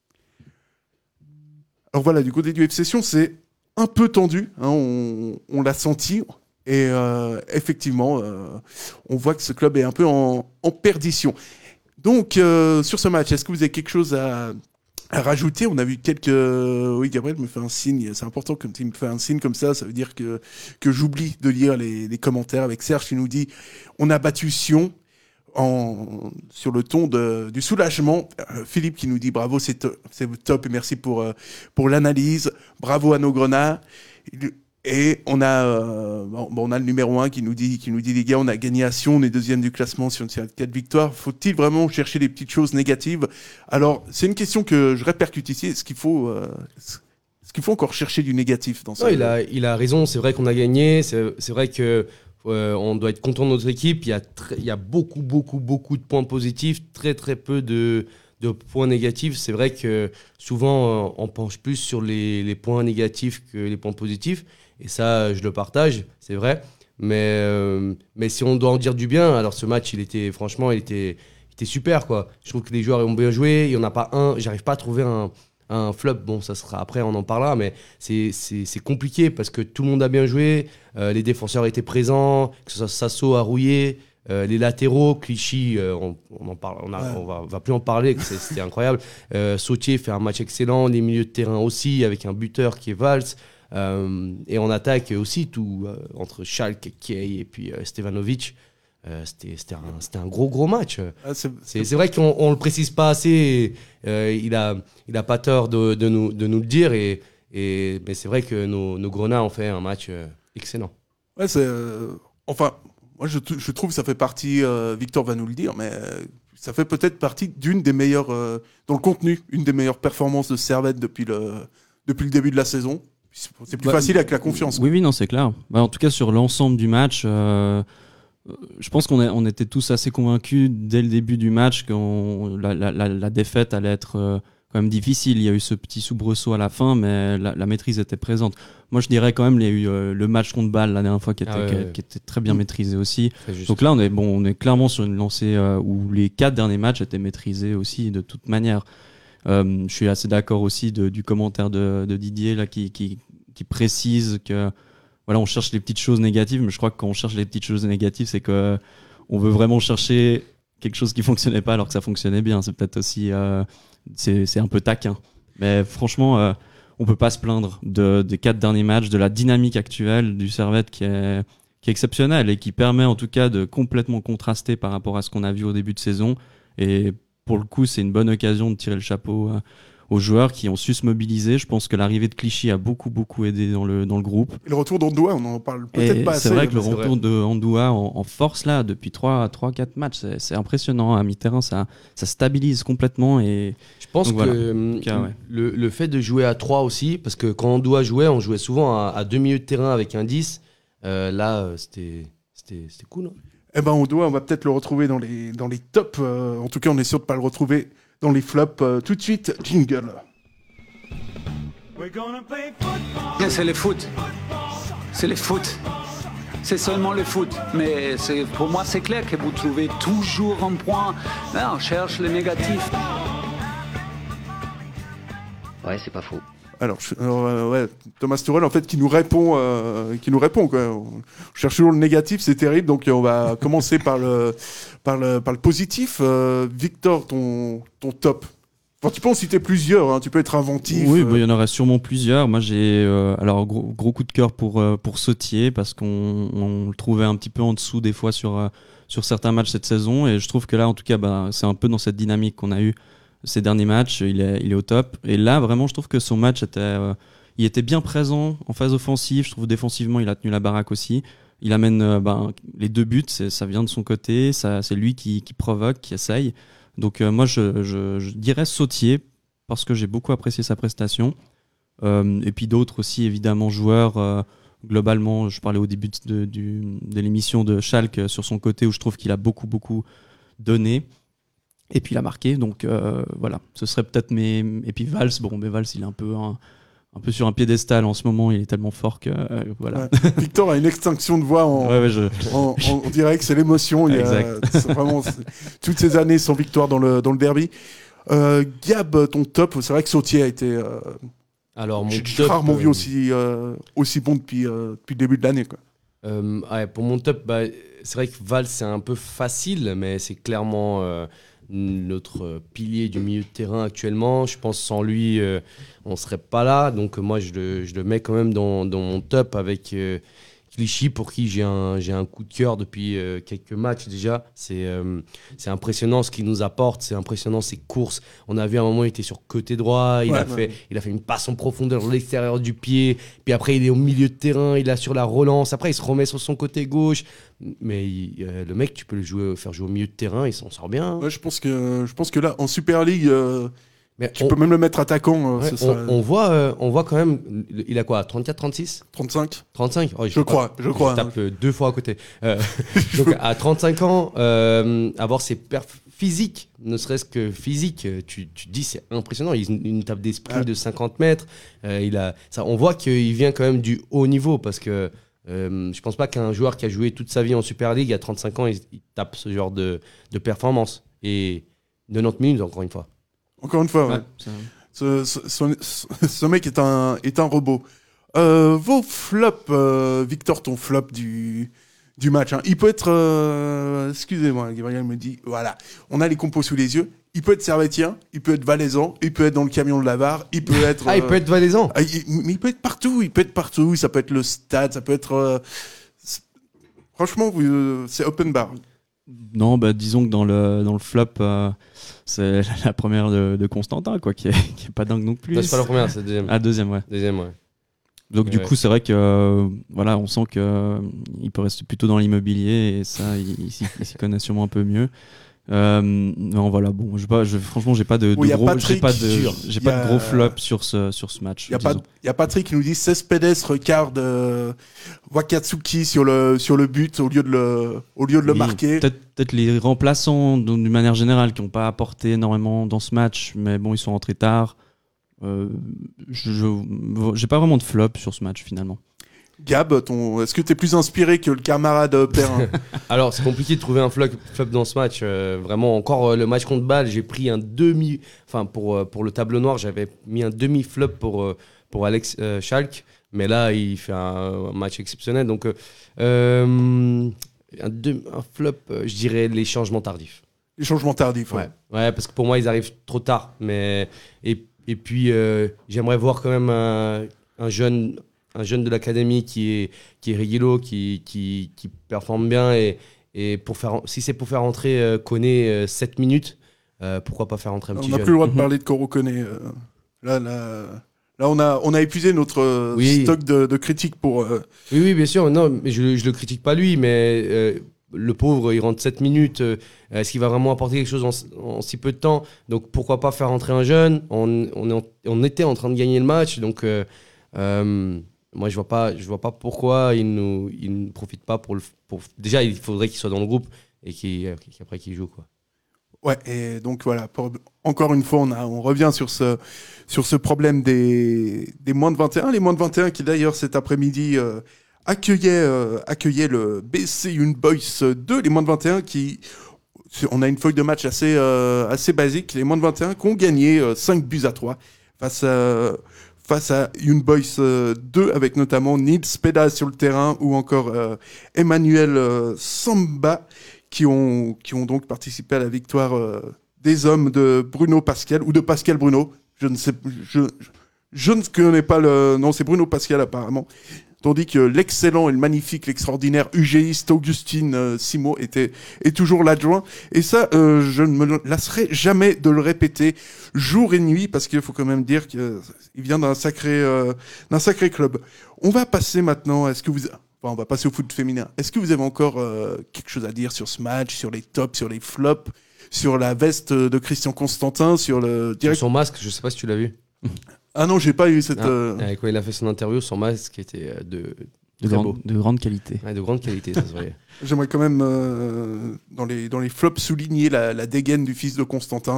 Alors voilà, du côté du FC Sion, c'est un peu tendu, hein, on l'a senti. Et effectivement, on voit que ce club est un peu en perdition. Donc, sur ce match, est-ce que vous avez quelque chose à rajouter? On a vu quelques... Oui, Gabriel me fait un signe. C'est important quand il me fait un signe comme ça veut dire que j'oublie de lire les commentaires avec Serge qui nous dit « On a battu Sion ». sur le ton du soulagement. Philippe qui nous dit bravo, c'est top et merci pour l'analyse. Bravo à nos Grenats. Et on a le numéro 1 qui nous dit les gars, on a gagné à Sion, on est deuxième du classement sur 4 victoires. Faut-il vraiment chercher les petites choses négatives? Alors, c'est une question que je répercute ici. Est-ce qu'il faut encore chercher du négatif dans ça? Il a raison, c'est vrai qu'on a gagné, c'est vrai que on doit être content de notre équipe. Il y a beaucoup de points positifs, très peu de points négatifs. C'est vrai que souvent on penche plus sur les points négatifs que les points positifs. Et ça, je le partage, c'est vrai. Mais si on doit en dire du bien, alors ce match, il était super, quoi. Je trouve que les joueurs ont bien joué. Il n'y en a pas un. J'arrive pas à trouver un flop. Bon, ça sera après, on en parlera. Mais c'est compliqué parce que tout le monde a bien joué. Les défenseurs étaient présents. Que ce soit Sasso, Arouillé, les latéraux, Clichy, on en parle. On va plus en parler. C'était incroyable. Sautier fait un match excellent. Les milieux de terrain aussi, avec un buteur qui est Valls. Et on attaque aussi tout entre Schalke, Kay et puis Stevanovic. C'était un gros match. C'est vrai qu'on le précise pas assez. Il a pas tort de nous le dire. Mais c'est vrai que nos Grenats ont fait un match excellent. Ouais, enfin, moi je trouve que ça fait partie. Victor va nous le dire, mais ça fait peut-être partie d'une des meilleures dans le contenu, une des meilleures performances de Servette depuis le début de la saison. C'est plus facile avec la confiance. Oui, non, c'est clair. En tout cas, sur l'ensemble du match, je pense qu'on était tous assez convaincus dès le début du match que la défaite allait être quand même difficile. Il y a eu ce petit soubresaut à la fin, mais la maîtrise était présente. Moi, je dirais quand même, il y a eu le match contre Bâle la dernière fois qui était très bien maîtrisé aussi. Donc là, on est clairement sur une lancée où les 4 derniers matchs étaient maîtrisés aussi de toute manière. Je suis assez d'accord aussi du commentaire de Didier là, qui précise que voilà, on cherche les petites choses négatives, mais je crois que quand on cherche les petites choses négatives, c'est que on veut vraiment chercher quelque chose qui fonctionnait pas alors que ça fonctionnait bien. C'est peut-être aussi c'est un peu taquin, mais franchement on peut pas se plaindre des 4 derniers matchs, de la dynamique actuelle du Servette qui est exceptionnelle et qui permet en tout cas de complètement contraster par rapport à ce qu'on a vu au début de saison. Et pour le coup, c'est une bonne occasion de tirer le chapeau aux joueurs qui ont su se mobiliser. Je pense que l'arrivée de Clichy a beaucoup aidé dans le groupe. Et le retour d'Andoua, on en parle peut-être pas assez. C'est vrai que le retour d'Andoua en force là depuis 3-4 matchs, c'est impressionnant. À mi-terrain, ça stabilise complètement. Et je pense donc, que le fait de jouer à 3 aussi, parce que quand Andoua jouait, on jouait souvent à 2 milieux de terrain avec un 10. Là, c'était cool. Hein. Eh ben, on va peut-être le retrouver dans les tops. En tout cas, on est sûr de ne pas le retrouver dans les flops. Tout de suite, jingle. C'est le foot. C'est le foot. C'est seulement le foot. Mais pour moi, c'est clair que vous trouvez toujours un point. Là, on cherche les négatifs. Ouais, c'est pas faux. Alors, Thomas Tuchel, en fait, qui nous répond quoi. On cherche toujours le négatif, c'est terrible. Donc, on va commencer par le positif. Victor, ton top. Enfin, tu peux en citer plusieurs. Hein, tu peux être inventif. Oui, il y en aurait sûrement plusieurs. Moi, j'ai alors gros coup de cœur pour Sautier parce qu'on le trouvait un petit peu en dessous des fois sur certains matchs cette saison. Et je trouve que là, en tout cas, c'est un peu dans cette dynamique qu'on a eue. Ces derniers matchs, il est au top. Et là, vraiment, je trouve que son match il était bien présent en phase offensive. Je trouve défensivement, il a tenu la baraque aussi. Il amène les 2 buts, ça vient de son côté. C'est lui qui provoque, qui essaye. Donc moi, je dirais Sautier parce que j'ai beaucoup apprécié sa prestation. Et puis d'autres aussi, évidemment, joueurs. Globalement, je parlais au début de l'émission de Schalke sur son côté où je trouve qu'il a beaucoup donné. Et puis il a marqué, donc voilà, ce serait peut-être et puis Valls, mais Valls il est un peu sur un piédestal en ce moment, il est tellement fort que voilà. Ouais. Victor a une extinction de voix on dirait que c'est l'émotion. C'est vraiment toutes ces années sans victoire dans le derby. Gab, ton top, c'est vrai que Sautier a été. Alors mon j'ai rarement vu aussi bon depuis le début de l'année, quoi. Pour mon top, c'est vrai que Valls c'est un peu facile, mais c'est clairement notre pilier du milieu de terrain actuellement. Je pense sans lui, on serait pas là. Donc moi, je le mets quand même dans mon top avec Clichy, pour qui j'ai un coup de cœur depuis quelques matchs déjà. C'est impressionnant ce qu'il nous apporte, c'est impressionnant ses courses. On a vu à un moment, il était sur côté droit, il a fait une passe en profondeur de l'extérieur du pied, puis après il est au milieu de terrain, il assure la relance, après il se remet sur son côté gauche. Mais le mec, tu peux faire jouer au milieu de terrain, il s'en sort bien. Ouais, je pense que là, en Super League, mais tu peux même le mettre attaquant. On voit quand même, il a quoi, 34, 36 35 35 Je crois. Je tape 2 fois à côté. Donc à 35 ans, avoir ses perfs physiques, ne serait-ce que physique, tu te dis c'est impressionnant. Il tape des sprints de 50 mètres. On voit qu'il vient quand même du haut niveau parce que je pense pas qu'un joueur qui a joué toute sa vie en Super League à 35 ans, il tape ce genre de performance. Et 90 minutes, encore une fois. Encore une fois, ce mec est un robot. Vos flops, Victor, ton flop du match. Hein. Il peut être... excusez-moi, Gabriel me dit, voilà, on a les compos sous les yeux. Il peut être servétien, il peut être valaisan, il peut être dans le camion de la VAR, il peut être... il peut être valaisan. Mais il peut être partout, ça peut être le stade, ça peut être... franchement, c'est open bar. Non, disons que dans le flop, c'est la première de Constantin, quoi, qui est pas dingue non plus. Non, c'est pas la première, c'est la deuxième. Ah, deuxième, ouais. Deuxième, ouais. Donc du coup, c'est vrai que on sent que il peut rester plutôt dans l'immobilier et ça, il s'y connaît sûrement un peu mieux. Non, voilà, bon, franchement, j'ai pas de gros flop sur ce match. Il y a Patrick qui nous dit Cespedes regarde Wakatsuki sur le but au lieu de le marquer. Peut-être les remplaçants d'une manière générale qui n'ont pas apporté énormément dans ce match, mais bon, ils sont rentrés tard. J'ai pas vraiment de flop sur ce match finalement. Gab, est-ce que tu es plus inspiré que le camarade Perrin? Alors, c'est compliqué de trouver un flop dans ce match. Vraiment, encore le match contre Bâle, j'ai pris un demi... Enfin, pour le tableau noir, j'avais mis un demi-flop pour Alex Schalk. Mais là, il fait un match exceptionnel. Donc, un flop, je dirais les changements tardifs. Les changements tardifs, ouais, parce que pour moi, ils arrivent trop tard. Et puis, j'aimerais voir quand même un jeune de l'académie qui est Reguillo, qui performe bien et si c'est pour faire rentrer Koné 7 minutes, pourquoi pas faire rentrer un petit jeune. On n'a plus le droit de parler de Koro Koné. Là, on a épuisé notre stock de critiques pour... Oui, bien sûr. Non, mais je le critique pas lui, mais le pauvre, il rentre 7 minutes. Est-ce qu'il va vraiment apporter quelque chose en si peu de temps? Donc pourquoi pas faire rentrer un jeune? On était en train de gagner le match, donc... moi, je vois pas pourquoi il ne profite pas pour déjà, il faudrait qu'il soit dans le groupe et qu'après qu'il joue, quoi. Ouais, et donc voilà, encore une fois, on revient sur ce problème des moins de 21. Les moins de 21 qui d'ailleurs cet après-midi accueillaient le BC Young Boys 2. Les moins de 21 on a une feuille de match assez basique. Les moins de 21 qui ont gagné 5-3 face à Young Boys 2, avec notamment Nils Peda sur le terrain ou encore Emmanuel Samba qui ont donc participé à la victoire des hommes de Bruno Pascal ou de Pascal Bruno. Je ne connais pas non, c'est Bruno Pascal apparemment. Tandis que l'excellent et le magnifique, l'extraordinaire UGiste Augustine Simo est toujours l'adjoint. Et ça, je ne me lasserai jamais de le répéter jour et nuit, parce qu'il faut quand même dire qu'il vient d'un sacré club. On va passer maintenant, on va passer au foot féminin. Est-ce que vous avez encore quelque chose à dire sur ce match, sur les tops, sur les flops, sur la veste de Christian Constantin, sur son masque, je sais pas si tu l'as vu. Ah non, j'ai pas eu cette... Quand il a fait son interview, son masque était de grande qualité. Ouais, de grande qualité, ça se voyait. J'aimerais quand même, dans les flops, souligner la dégaine du fils de Constantin.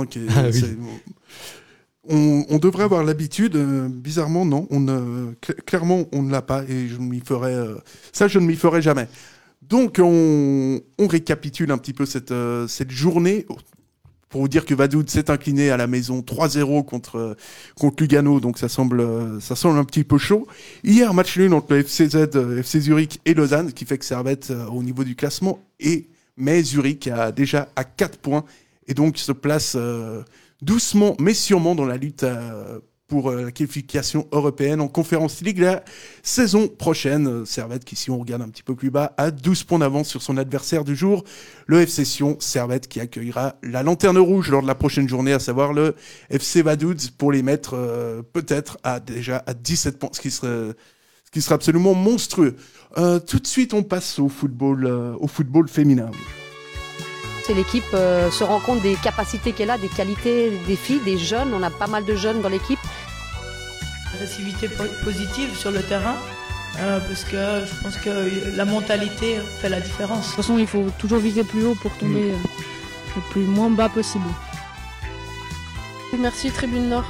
On devrait avoir l'habitude, bizarrement, non. Clairement, on ne l'a pas et je ne m'y ferai jamais. Donc, on récapitule un petit peu cette journée. Pour vous dire que Vaduz s'est incliné à la maison 3-0 contre Lugano, donc ça semble un petit peu chaud. Hier, match nul entre le FC Zurich et Lausanne, ce qui fait que Servette au niveau du classement mais Zurich a déjà à 4 points et donc se place doucement mais sûrement dans la lutte pour la qualification européenne en Conference League la saison prochaine. Servette qui, si on regarde un petit peu plus bas, a 12 points d'avance sur son adversaire du jour, le FC Sion. Servette qui accueillera la Lanterne Rouge lors de la prochaine journée, à savoir le FC Vaduz, pour les mettre peut-être déjà à 17 points, ce qui serait absolument monstrueux. Tout de suite, on passe au football féminin. C'est l'équipe se rend compte des capacités qu'elle a, des qualités des filles, des jeunes. On a pas mal de jeunes dans l'équipe. Agressivité positive sur le terrain, parce que je pense que la mentalité fait la différence. De toute façon, il faut toujours viser plus haut pour tomber le moins bas possible. Merci Tribune Nord.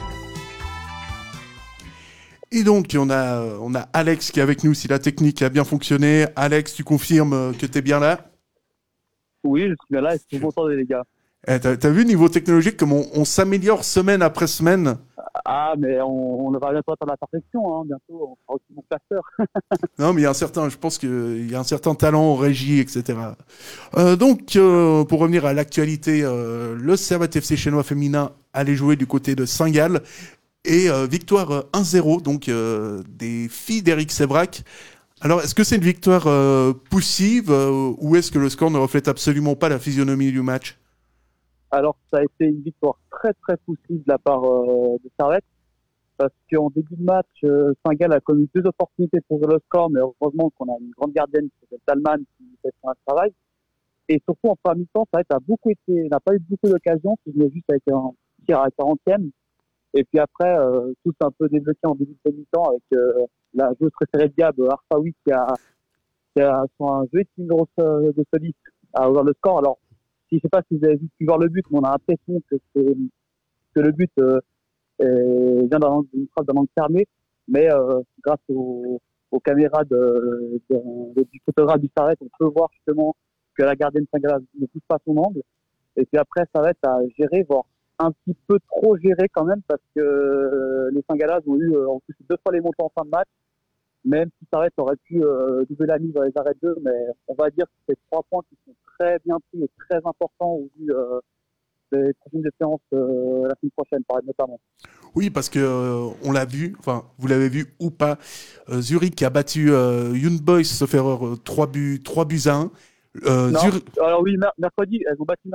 Et donc, on a Alex qui est avec nous, si la technique a bien fonctionné. Alex, tu confirmes que tu es bien là ? Oui, je suis bien là et je suis content les gars. T'as vu, niveau technologique, comme on s'améliore semaine après semaine. Ah, mais on va bientôt atteindre la perfection, hein. Bientôt, on fera aussi mon classeur. Non, mais je pense qu'il y a un certain talent en régie, etc. Donc, pour revenir à l'actualité, le Servette FC Chenois féminin allait jouer du côté de Saint-Gall. Et victoire 1-0, donc des filles d'Éric Sévrac. Alors, est-ce que c'est une victoire poussive ou est-ce que le score ne reflète absolument pas la physionomie du match ? Alors, ça a été une victoire très très poussive de la part de Servette, parce qu'en début de match, Saint-Gall a commis 2 opportunités pour le score, mais heureusement qu'on a une grande gardienne qui s'appelle Talman qui fait son travail. Et surtout en première mi-temps, Servette n'a pas eu beaucoup d'occasions, si je venais juste avec un tir à la 40e. Et puis après, tout s'est un peu débloqué en début de mi-temps avec la joueuse préférée de Gab, Arfaoui, qui a sur un jeu numéro de Solis à ouvrir le score. Alors, je ne sais pas si vous avez pu voir le but, mais on a l'impression que le but vient d'une frappe d'un angle fermé, mais grâce aux caméras du photographe du Servette, on peut voir justement que la gardienne Saint-Gall ne pousse pas son angle. Et puis après, Servette a géré, voire un petit peu trop géré quand même, parce que les Saint-Gallois ont eu en plus 2 fois les montants en fin de match, même si Servette aurait pu doubler la mise dans les arrêts de jeu, mais on va dire que c'est 3 points qui sont très bien pris et très importants au vu des prochaines séances la semaine prochaine, notamment. Oui, parce que on l'a vu, enfin vous l'avez vu ou pas, Zurich a battu Young Boys, sauf erreur, 3 buts à 1. Non, alors oui, mercredi, elles ont battu,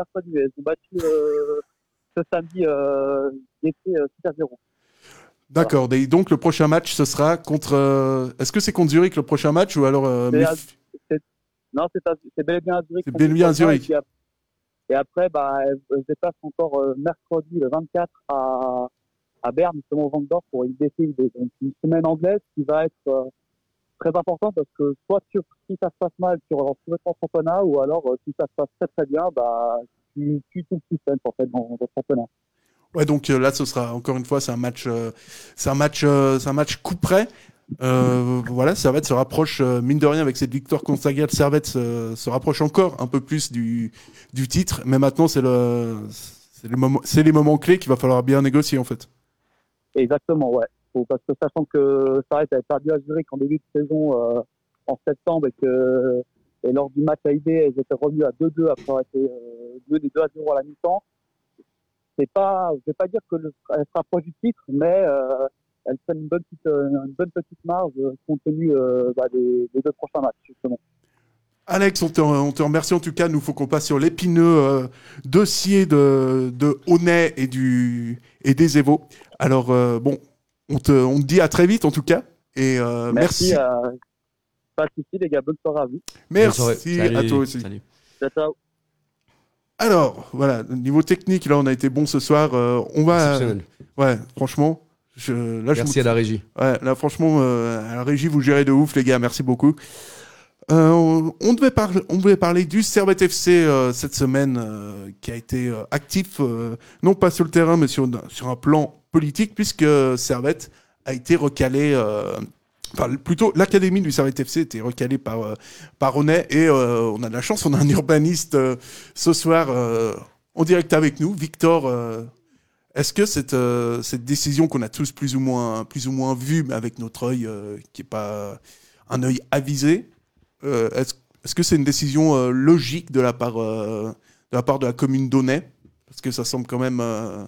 ce samedi, été 6-0. D'accord, voilà. Et donc le prochain match, ce sera contre... est-ce que c'est contre Zurich le prochain match ou alors... Non, c'est bel et bien à Zurich. C'est bel et bien à Zurich. Et après, elles se déplacent encore mercredi, le 24, à Berne, justement au Vangdorf, pour une défi. Donc une semaine anglaise qui va être très importante, parce que soit si ça se passe mal, tu relances tout votre championnat, ou alors si ça se passe très très bien, tu tout le suspense en fait dans le championnat. Ouais, donc là, ce sera encore une fois, c'est un match coup près. Voilà, Servette se rapproche, mine de rien, avec cette victoire contre Saint-Gall. Servette se rapproche encore un peu plus du titre, mais maintenant c'est les moments clés qu'il va falloir bien négocier en fait. Exactement, ouais. Parce que sachant que Servette avait perdu à Zurich en début de saison en septembre et lors du match à IB, elles étaient revenues à 2-2 après avoir été menées 2-0 à la mi-temps. Je vais pas dire qu'elle se rapproche du titre, mais elle fait une bonne petite marge compte tenu des 2 prochains matchs, justement. Alex, on te remercie en tout cas. Nous, faut qu'on passe sur l'épineux dossier de Honnay et des Évaux. Alors, on te dit à très vite en tout cas. Et merci. Pas de soucis, les gars. Bonne soirée à vous. Merci à toi aussi. Salut. Ciao. Alors, voilà, niveau technique, là, on a été bon ce soir. On va. Ouais, franchement. Merci à la régie. Ouais, là, franchement, à la régie, vous gérez de ouf, les gars. Merci beaucoup. On devait parler du Servette FC cette semaine, qui a été actif, non pas sur le terrain, mais sur un plan politique, puisque Servette a été recalé. Enfin, plutôt, l'académie du Servette FC était recalée par Honnay et on a de la chance, on a un urbaniste ce soir en direct avec nous. Victor, est-ce que cette décision qu'on a tous plus ou moins vue avec notre œil, qui n'est pas un œil avisé, est-ce que c'est une décision logique de la part de la commune d'Honnay ? Parce que ça semble quand même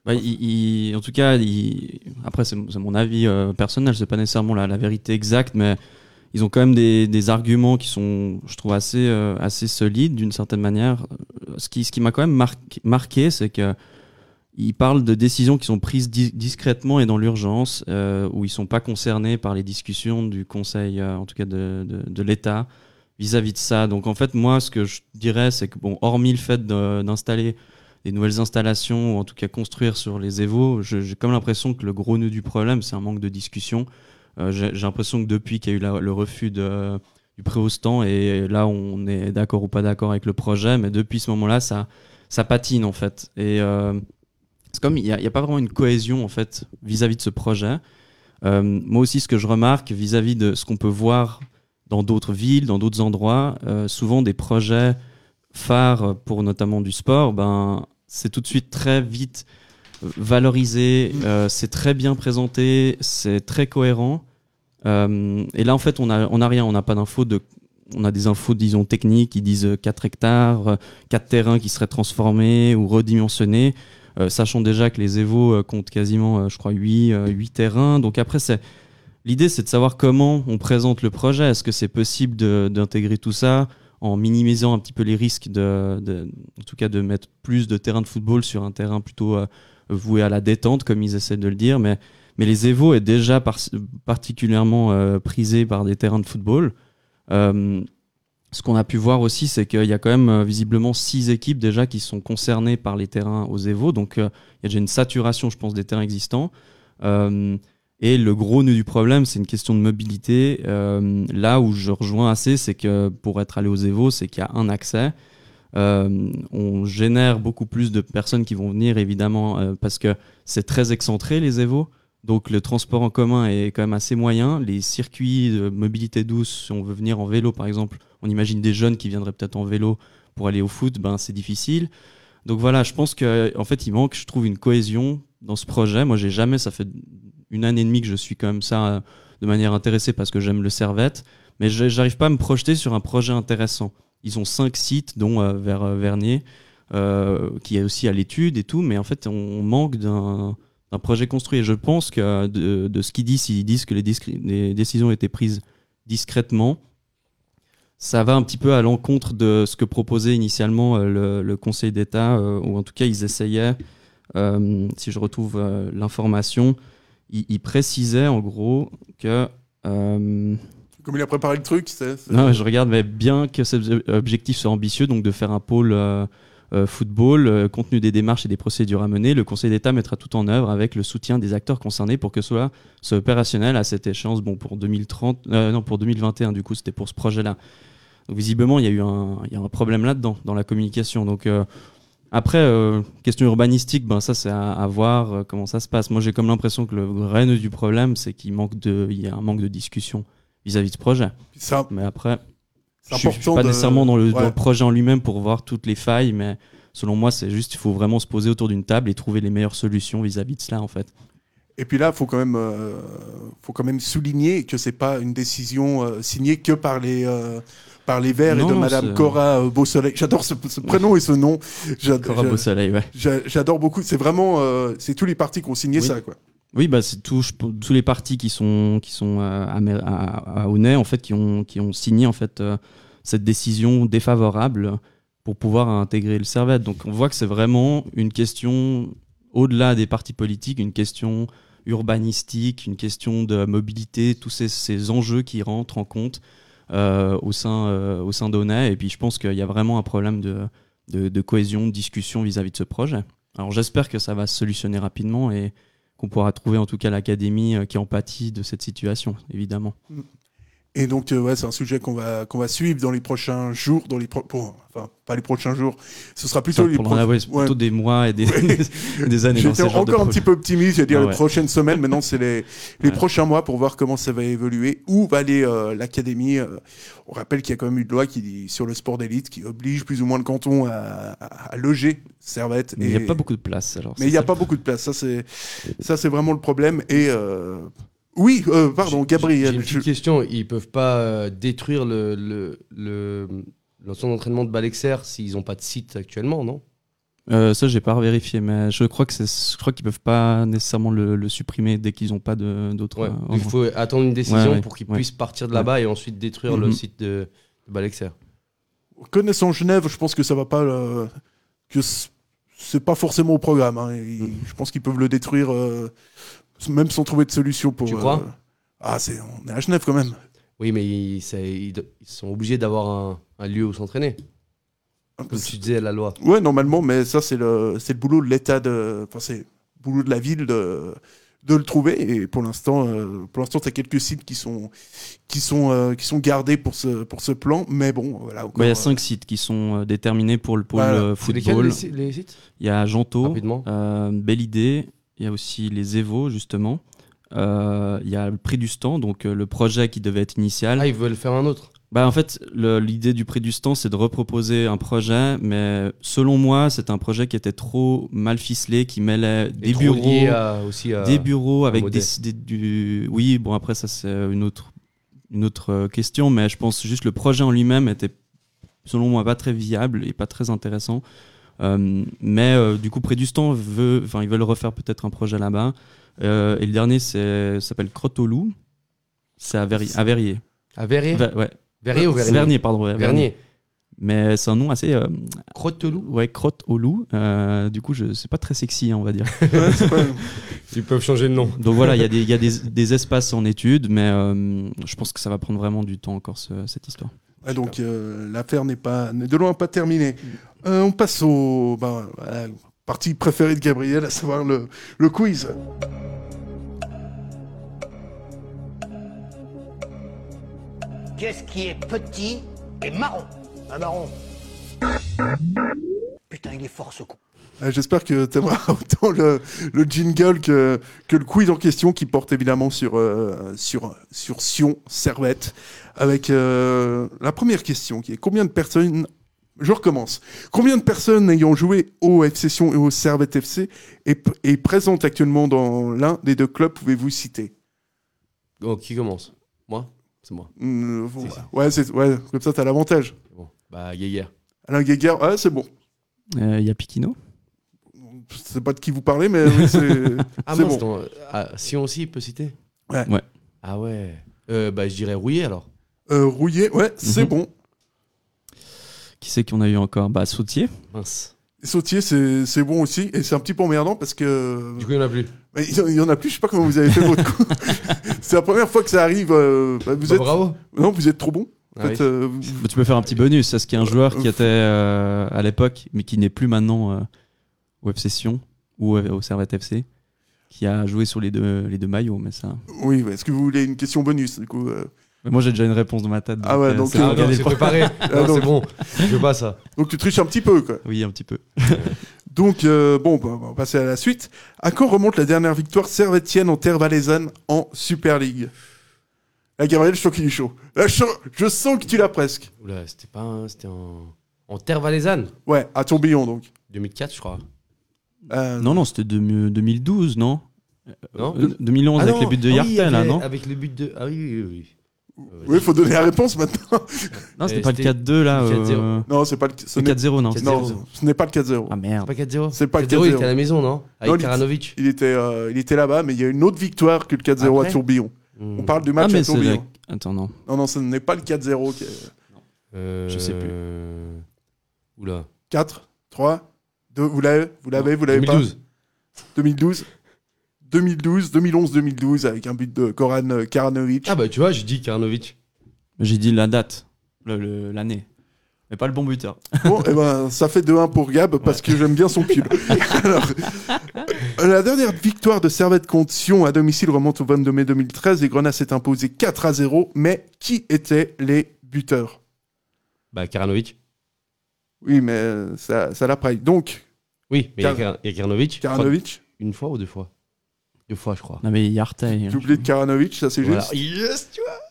En tout cas, après c'est mon avis personnel, c'est pas nécessairement la vérité exacte, mais ils ont quand même des arguments qui sont, je trouve, assez solides d'une certaine manière. Ce qui m'a quand même marqué, c'est que ils parlent de décisions qui sont prises discrètement et dans l'urgence, où ils sont pas concernés par les discussions du Conseil, en tout cas de l'État, vis-à-vis de ça. Donc en fait, moi, ce que je dirais, c'est que hormis le fait d'installer des nouvelles installations, ou en tout cas construire sur les Évos, j'ai comme l'impression que le gros nœud du problème, c'est un manque de discussion. J'ai l'impression que depuis qu'il y a eu le refus du Pré-Austan, et là on est d'accord ou pas d'accord avec le projet, mais depuis ce moment-là, ça patine en fait. Et c'est comme il y a pas vraiment une cohésion en fait vis-à-vis de ce projet. Moi aussi, ce que je remarque vis-à-vis de ce qu'on peut voir dans d'autres villes, dans d'autres endroits, souvent des projets phares pour notamment du sport, c'est tout de suite très vite valorisé, c'est très bien présenté, c'est très cohérent. Et là, en fait, on a rien, on n'a pas d'infos on a des infos, disons, techniques qui disent 4 hectares, 4 terrains qui seraient transformés ou redimensionnés, sachant déjà que les Évos comptent quasiment, je crois, 8 terrains. Donc après, l'idée, c'est de savoir comment on présente le projet. Est-ce que c'est possible d'intégrer tout ça en minimisant un petit peu les risques en tout cas de mettre plus de terrains de football sur un terrain plutôt voué à la détente, comme ils essaient de le dire. Mais les Évos est déjà particulièrement prisé par des terrains de football. Ce qu'on a pu voir aussi, c'est qu'il y a quand même visiblement 6 équipes déjà qui sont concernées par les terrains aux Évos. Donc il y a déjà une saturation, je pense, des terrains existants. Et le gros nœud du problème, c'est une question de mobilité. Là où je rejoins assez, c'est que pour être allé aux Évos, c'est qu'il y a un accès. On génère beaucoup plus de personnes qui vont venir, évidemment, parce que c'est très excentré, les Évos. Donc le transport en commun est quand même assez moyen. Les circuits de mobilité douce, si on veut venir en vélo, par exemple, on imagine des jeunes qui viendraient peut-être en vélo pour aller au foot, c'est difficile. Donc voilà, je pense qu'en fait, il manque, je trouve, une cohésion dans ce projet. Moi, ça fait 1 année et demie que je suis quand même ça de manière intéressée parce que j'aime le Servette, mais j'arrive pas à me projeter sur un projet intéressant. Ils ont 5 sites, dont vers Vernier, qui est aussi à l'étude et tout, mais en fait, on manque d'un projet construit. Et je pense que de ce qu'ils disent, s'ils disent que les décisions ont été prises discrètement, ça va un petit peu à l'encontre de ce que proposait initialement le Conseil d'État, ou en tout cas, ils essayaient, si je retrouve l'information, il précisait en gros que... Comme il a préparé le truc, Non, je regarde, mais bien que cet objectif soit ambitieux, donc de faire un pôle football, compte tenu des démarches et des procédures à mener, le Conseil d'État mettra tout en œuvre avec le soutien des acteurs concernés pour que soit opérationnel à cette échéance. Pour 2021, du coup, c'était pour ce projet-là. Donc visiblement, il y a un problème là-dedans, dans la communication. Donc après, question urbanistique, ça c'est à voir comment ça se passe. Moi, j'ai comme l'impression que le vrai nœud du problème, c'est qu'il y a un manque de discussion vis-à-vis de ce projet. Mais après, je suis pas nécessairement dans le projet en lui-même pour voir toutes les failles, mais selon moi, c'est juste, il faut vraiment se poser autour d'une table et trouver les meilleures solutions vis-à-vis de cela, en fait. Et puis là, il faut quand même souligner que c'est pas une décision signée que par les Verts et de Madame Cora Beausoleil. J'adore ce prénom et ce nom. Cora Beausoleil, ouais. J'adore beaucoup. C'est vraiment, c'est tous les partis qui ont signé ça, quoi. Oui, c'est tous les partis qui sont à Aunay, en fait, qui ont signé en fait cette décision défavorable pour pouvoir intégrer le Servette. Donc on voit que c'est vraiment une question au-delà des partis politiques, une question urbanistique, une question de mobilité, tous ces enjeux qui rentrent en compte au sein d'Aunay. Et puis je pense qu'il y a vraiment un problème de cohésion, de discussion vis-à-vis de ce projet. Alors j'espère que ça va se solutionner rapidement et qu'on pourra trouver en tout cas l'académie qui empathie de cette situation, évidemment. Et donc, c'est un sujet qu'on va suivre dans les prochains jours, pas les prochains jours, ce sera plutôt plutôt des mois et des années. J'étais encore un petit peu optimiste, j'allais dire les prochaines semaines, maintenant c'est les prochains mois pour voir comment ça va évoluer, où va aller l'académie. On rappelle qu'il y a quand même une loi sur le sport d'élite qui oblige plus ou moins le canton à loger Servette. Mais il n'y a pas beaucoup de place. Mais il n'y a pas beaucoup de place, ça c'est vraiment le problème. Et... Oui, pardon, Gabriel. J'ai une petite question. Ils peuvent pas détruire le centre d'entraînement de Balexer s'ils n'ont pas de site actuellement, non ? Ça, j'ai pas vérifié, mais je crois qu'ils peuvent pas nécessairement le supprimer dès qu'ils n'ont pas d'autres. Ouais. Il faut attendre une décision pour qu'ils puissent partir de là-bas et ensuite détruire le site de Balexer. Connaissant Genève, je pense que ça va pas. Que c'est pas forcément au programme. Hein. Je pense qu'ils peuvent le détruire même sans trouver de solution pour. Tu crois on est à Genève quand même. Oui, mais ils sont obligés d'avoir un lieu où s'entraîner. Comme tu disais, la loi. Ouais, normalement, mais ça, c'est le boulot de l'État, c'est le boulot de la ville de le trouver. Et pour l'instant, t'as quelques sites qui sont gardés pour ce plan. Mais bon, voilà. Il y a 5 sites qui sont déterminés pour le pôle football. Les sites Il y a Janto, Belle Idée. Il y a aussi les Evo, justement. Il y a le Prix du Stand, donc le projet qui devait être initial. Ah, ils veulent faire un autre. En fait, l'idée du Prix du Stand, c'est de reproposer un projet, mais selon moi, c'est un projet qui était trop mal ficelé, qui mêlait des bureaux avec Oui, bon, après, ça, c'est une autre question, mais je pense juste le projet en lui-même était, selon moi, pas très viable et pas très intéressant. Mais du coup, Prix du Stand ils veulent refaire peut-être un projet là-bas. Et le dernier, s'appelle Crotte au Loup. C'est à Verrier. À Verrier Ouais. Verrier ou Vernier Vernier, pardon. Ouais, Vernier. Mais c'est un nom assez. Crotte au Loup. Ouais, Crotte au Loup. Du coup, c'est pas très sexy, on va dire. Ils peuvent changer de nom. Donc voilà, il y a des espaces en étude, mais je pense que ça va prendre vraiment du temps encore cette histoire. Ouais, donc l'affaire n'est de loin pas terminée. On passe à la partie préférée de Gabriel, à savoir le quiz. Qu'est-ce qui est petit et marron? Un marron. Putain, il est fort ce coup. J'espère que tu aimeras autant le jingle que le quiz en question, qui porte évidemment sur Sion Servette, avec la première question qui est: combien de personnes... Je recommence. Combien de personnes ayant joué au FC Sion et au Servette FC est présente actuellement dans l'un des deux clubs pouvez-vous citer? Qui commence? Moi? C'est moi. Ouais, comme ça t'as l'avantage. Bon. Guéguer. Alain Guéguer, c'est bon. Il y a Piquino. Je sais pas de qui vous parlez, mais oui, c'est bon. Sion aussi, il peut citer. Ouais. Ah ouais. Je dirais Rouillé alors. Rouillé, c'est bon. Qui c'est qu'on a eu encore? Sautier. Mince. Sautier, c'est bon aussi, et c'est un petit peu emmerdant parce que... Du coup, il n'y en a plus. Mais il y en a plus, je sais pas comment vous avez fait votre coup. C'est la première fois que ça arrive. Bravo. Non, vous êtes trop bon. En fait, tu peux faire un petit bonus. Est-ce qu'il y a un joueur qui était à l'époque, mais qui n'est plus maintenant au FC Sion ou au Servette FC, qui a joué sur les deux maillots, mais ça... Oui, est-ce que vous voulez une question bonus du coup Mais moi j'ai déjà une réponse dans ma tête. Ah ouais, donc c'est préparé. C'est bon, je veux pas ça. Donc tu triches un petit peu, quoi. Oui, un petit peu. Donc on va passer à la suite. À quand remonte la dernière victoire servettienne en terre valaisanne en Super League? Là, Gabriel, je sens qu'il est chaud. Là, je sens que tu l'as presque. Oula, c'était en terre valaisanne. Ouais, à Tourbillon donc. 2004, je crois. Non, c'était 2012, non? Non 2011 avec les buts de Yartel, là, non? Avec le but de... Ah oui. Oui, il faut donner la réponse maintenant. Non, c'était pas le 4-2 là. Non, c'est pas le 4-0, non. Non, ce n'est pas le 4-0. Ah merde. C'est pas 4-0. C'est pas le 4-0. Il était à la maison, non? Avec Karanovic. Il était là-bas, mais il y a une autre victoire que le 4-0 à Tourbillon. On parle du match à Tourbillon. Attends, non. Non, ce n'est pas le 4-0. Je sais plus. Oula. 4, 3, 2, vous l'avez 2012. Pas 2012. 2011-2012 avec un but de Goran Karanovic. Ah bah tu vois, j'ai dit Karanovic. J'ai dit la date, l'année, mais pas le bon buteur. Bon, ça fait 2-1 pour Gab parce que j'aime bien son pull. Alors, la dernière victoire de Servette contre Sion à domicile remonte au 22 mai 2013 et Grenade s'est imposé 4-0. Mais qui étaient les buteurs? Karanovic. Oui, mais ça l'après. Donc. Oui, mais il y a Karanovic. Karanovic. Une fois ou deux fois? 2 fois, je crois. Non, mais Yartel. J'ai oublié de Karanovic, ça c'est juste. Yes, tu vois.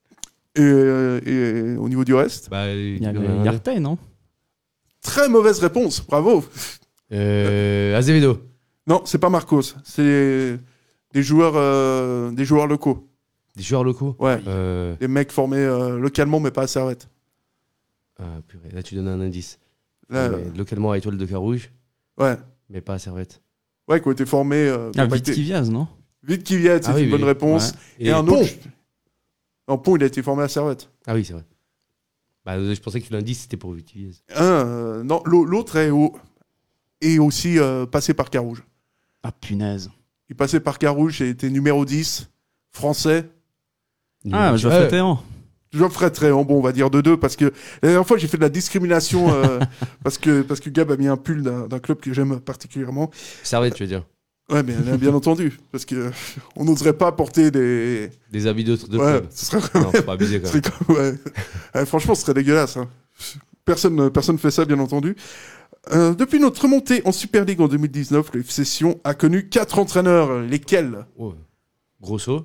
Et au niveau du reste? Il y avait Yartel, non? Très mauvaise réponse, bravo. Azevedo. Non, c'est pas Marcos, c'est des joueurs locaux. Des joueurs locaux? Ouais. Des mecs formés localement, mais pas à Servette. Purée, là tu donnes un indice. Là, localement à Étoile de Carouge. Ouais. Mais pas à Servette. Ouais, qui ont été formés. Vitkiviaz, non? Vitkiviaz, c'est une bonne réponse. Ouais. Et un autre. En Pont, il a été formé à Servette. Ah oui, c'est vrai. Bah, je pensais que l'indice c'était pour Vitkiviaz. Non, l'autre est aussi passé par Carouge. Ah, punaise. Il passait par Carouge et était numéro 10, français. Ah, Geoffrey Théan. Geoffrey Théan, bon, on va dire 2-2, parce que la dernière fois, j'ai fait de la discrimination parce que Gab a mis un pull d'un club que j'aime particulièrement. Servette, tu veux dire? Ouais, mais bien entendu, parce que on n'oserait pas porter des habits d'autres clubs. Ce serait non, faut pas abuser quand même. Franchement, ce serait dégueulasse. Hein. Personne fait ça, bien entendu. Depuis notre remontée en Super League en 2019, le FC Sion a connu 4 entraîneurs, lesquels Grosso.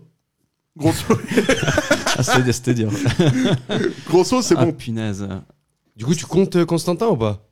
Ah, c'était dur. Grosso, c'est bon. Punaise. Du coup, tu comptes Constantin ou pas?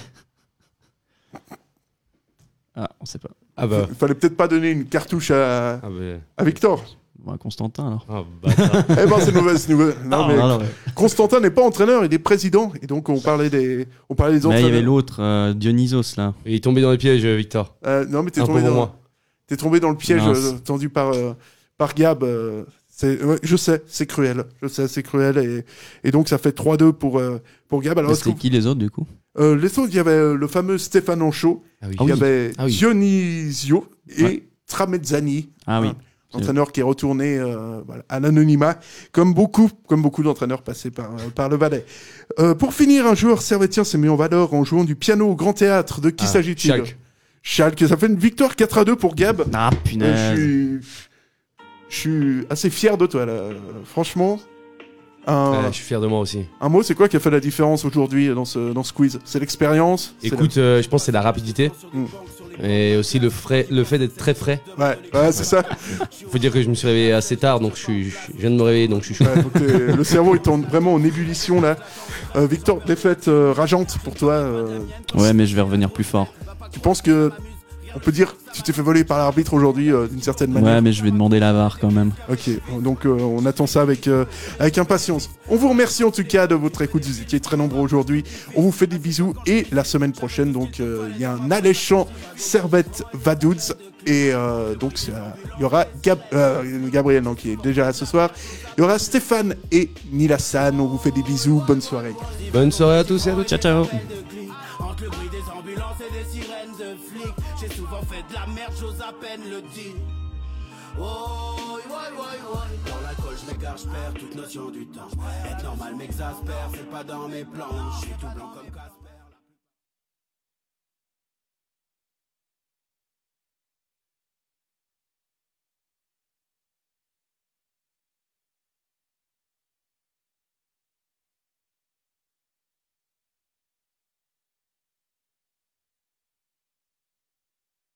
Ah, on sait pas. Ah bah. Fallait peut-être pas donner une cartouche à Victor. Bon, Constantin alors. Ah, bâtard. Eh ben c'est mauvaise nouvelle. Non, Constantin n'est pas entraîneur, il est président et donc on parlait des entraîneurs. Mais il y avait l'autre Dionysos là. Et il est tombé dans le piège, Victor. Non mais t'es tombé dans le piège tendu par Gab. Je sais, c'est cruel. Et donc ça fait 3-2 pour Gab. Alors c'était qui les autres du coup? Les autres, il y avait le fameux Stéphane Anchaud, il y avait Dionisio et Tramezzani. Ah oui. Entraîneur qui est retourné à l'anonymat, comme beaucoup d'entraîneurs passés par le Valais. Pour finir, un joueur servettien s'est mis en valeur en jouant du piano au Grand Théâtre. De qui s'agit-il? Schalke. Ça fait une victoire 4-2 pour Gab. Ah punaise. Je suis assez fier de toi là. Franchement. Je suis fier de moi aussi. Un mot, c'est quoi qui a fait la différence aujourd'hui dans ce quiz? C'est l'expérience? Écoute, je pense que c'est la rapidité. Et aussi le fait d'être très frais. Ouais, c'est ça. Il faut dire que je me suis réveillé assez tard, donc je viens de me réveiller, donc je suis chaud. Ouais, donc le cerveau est vraiment en ébullition là. Victor, défaite rageante pour toi. Ouais, mais je vais revenir plus fort. Tu penses que on peut dire que tu t'es fait voler par l'arbitre aujourd'hui d'une certaine manière? Ouais, mais je vais demander la VAR quand même. Ok, donc on attend ça avec impatience. On vous remercie en tout cas de votre écoute, vous étiez très nombreux aujourd'hui. On vous fait des bisous et la semaine prochaine, donc il y a un alléchant Servette Vaduz. Et donc il y aura Gabriel qui est déjà là ce soir. Il y aura Stéphane et Nilassan. On vous fait des bisous, bonne soirée. Bonne soirée à tous et à toutes. Ciao ciao. Entre le bruit des ambulances et des sirènes de flics, j'ai souvent fait de la merde, j'ose à peine le dire. Oh, dans l'alcool je m'égare, je perds toute notion du temps. Être normal m'exaspère, c'est pas dans mes plans. Je suis tout blanc comme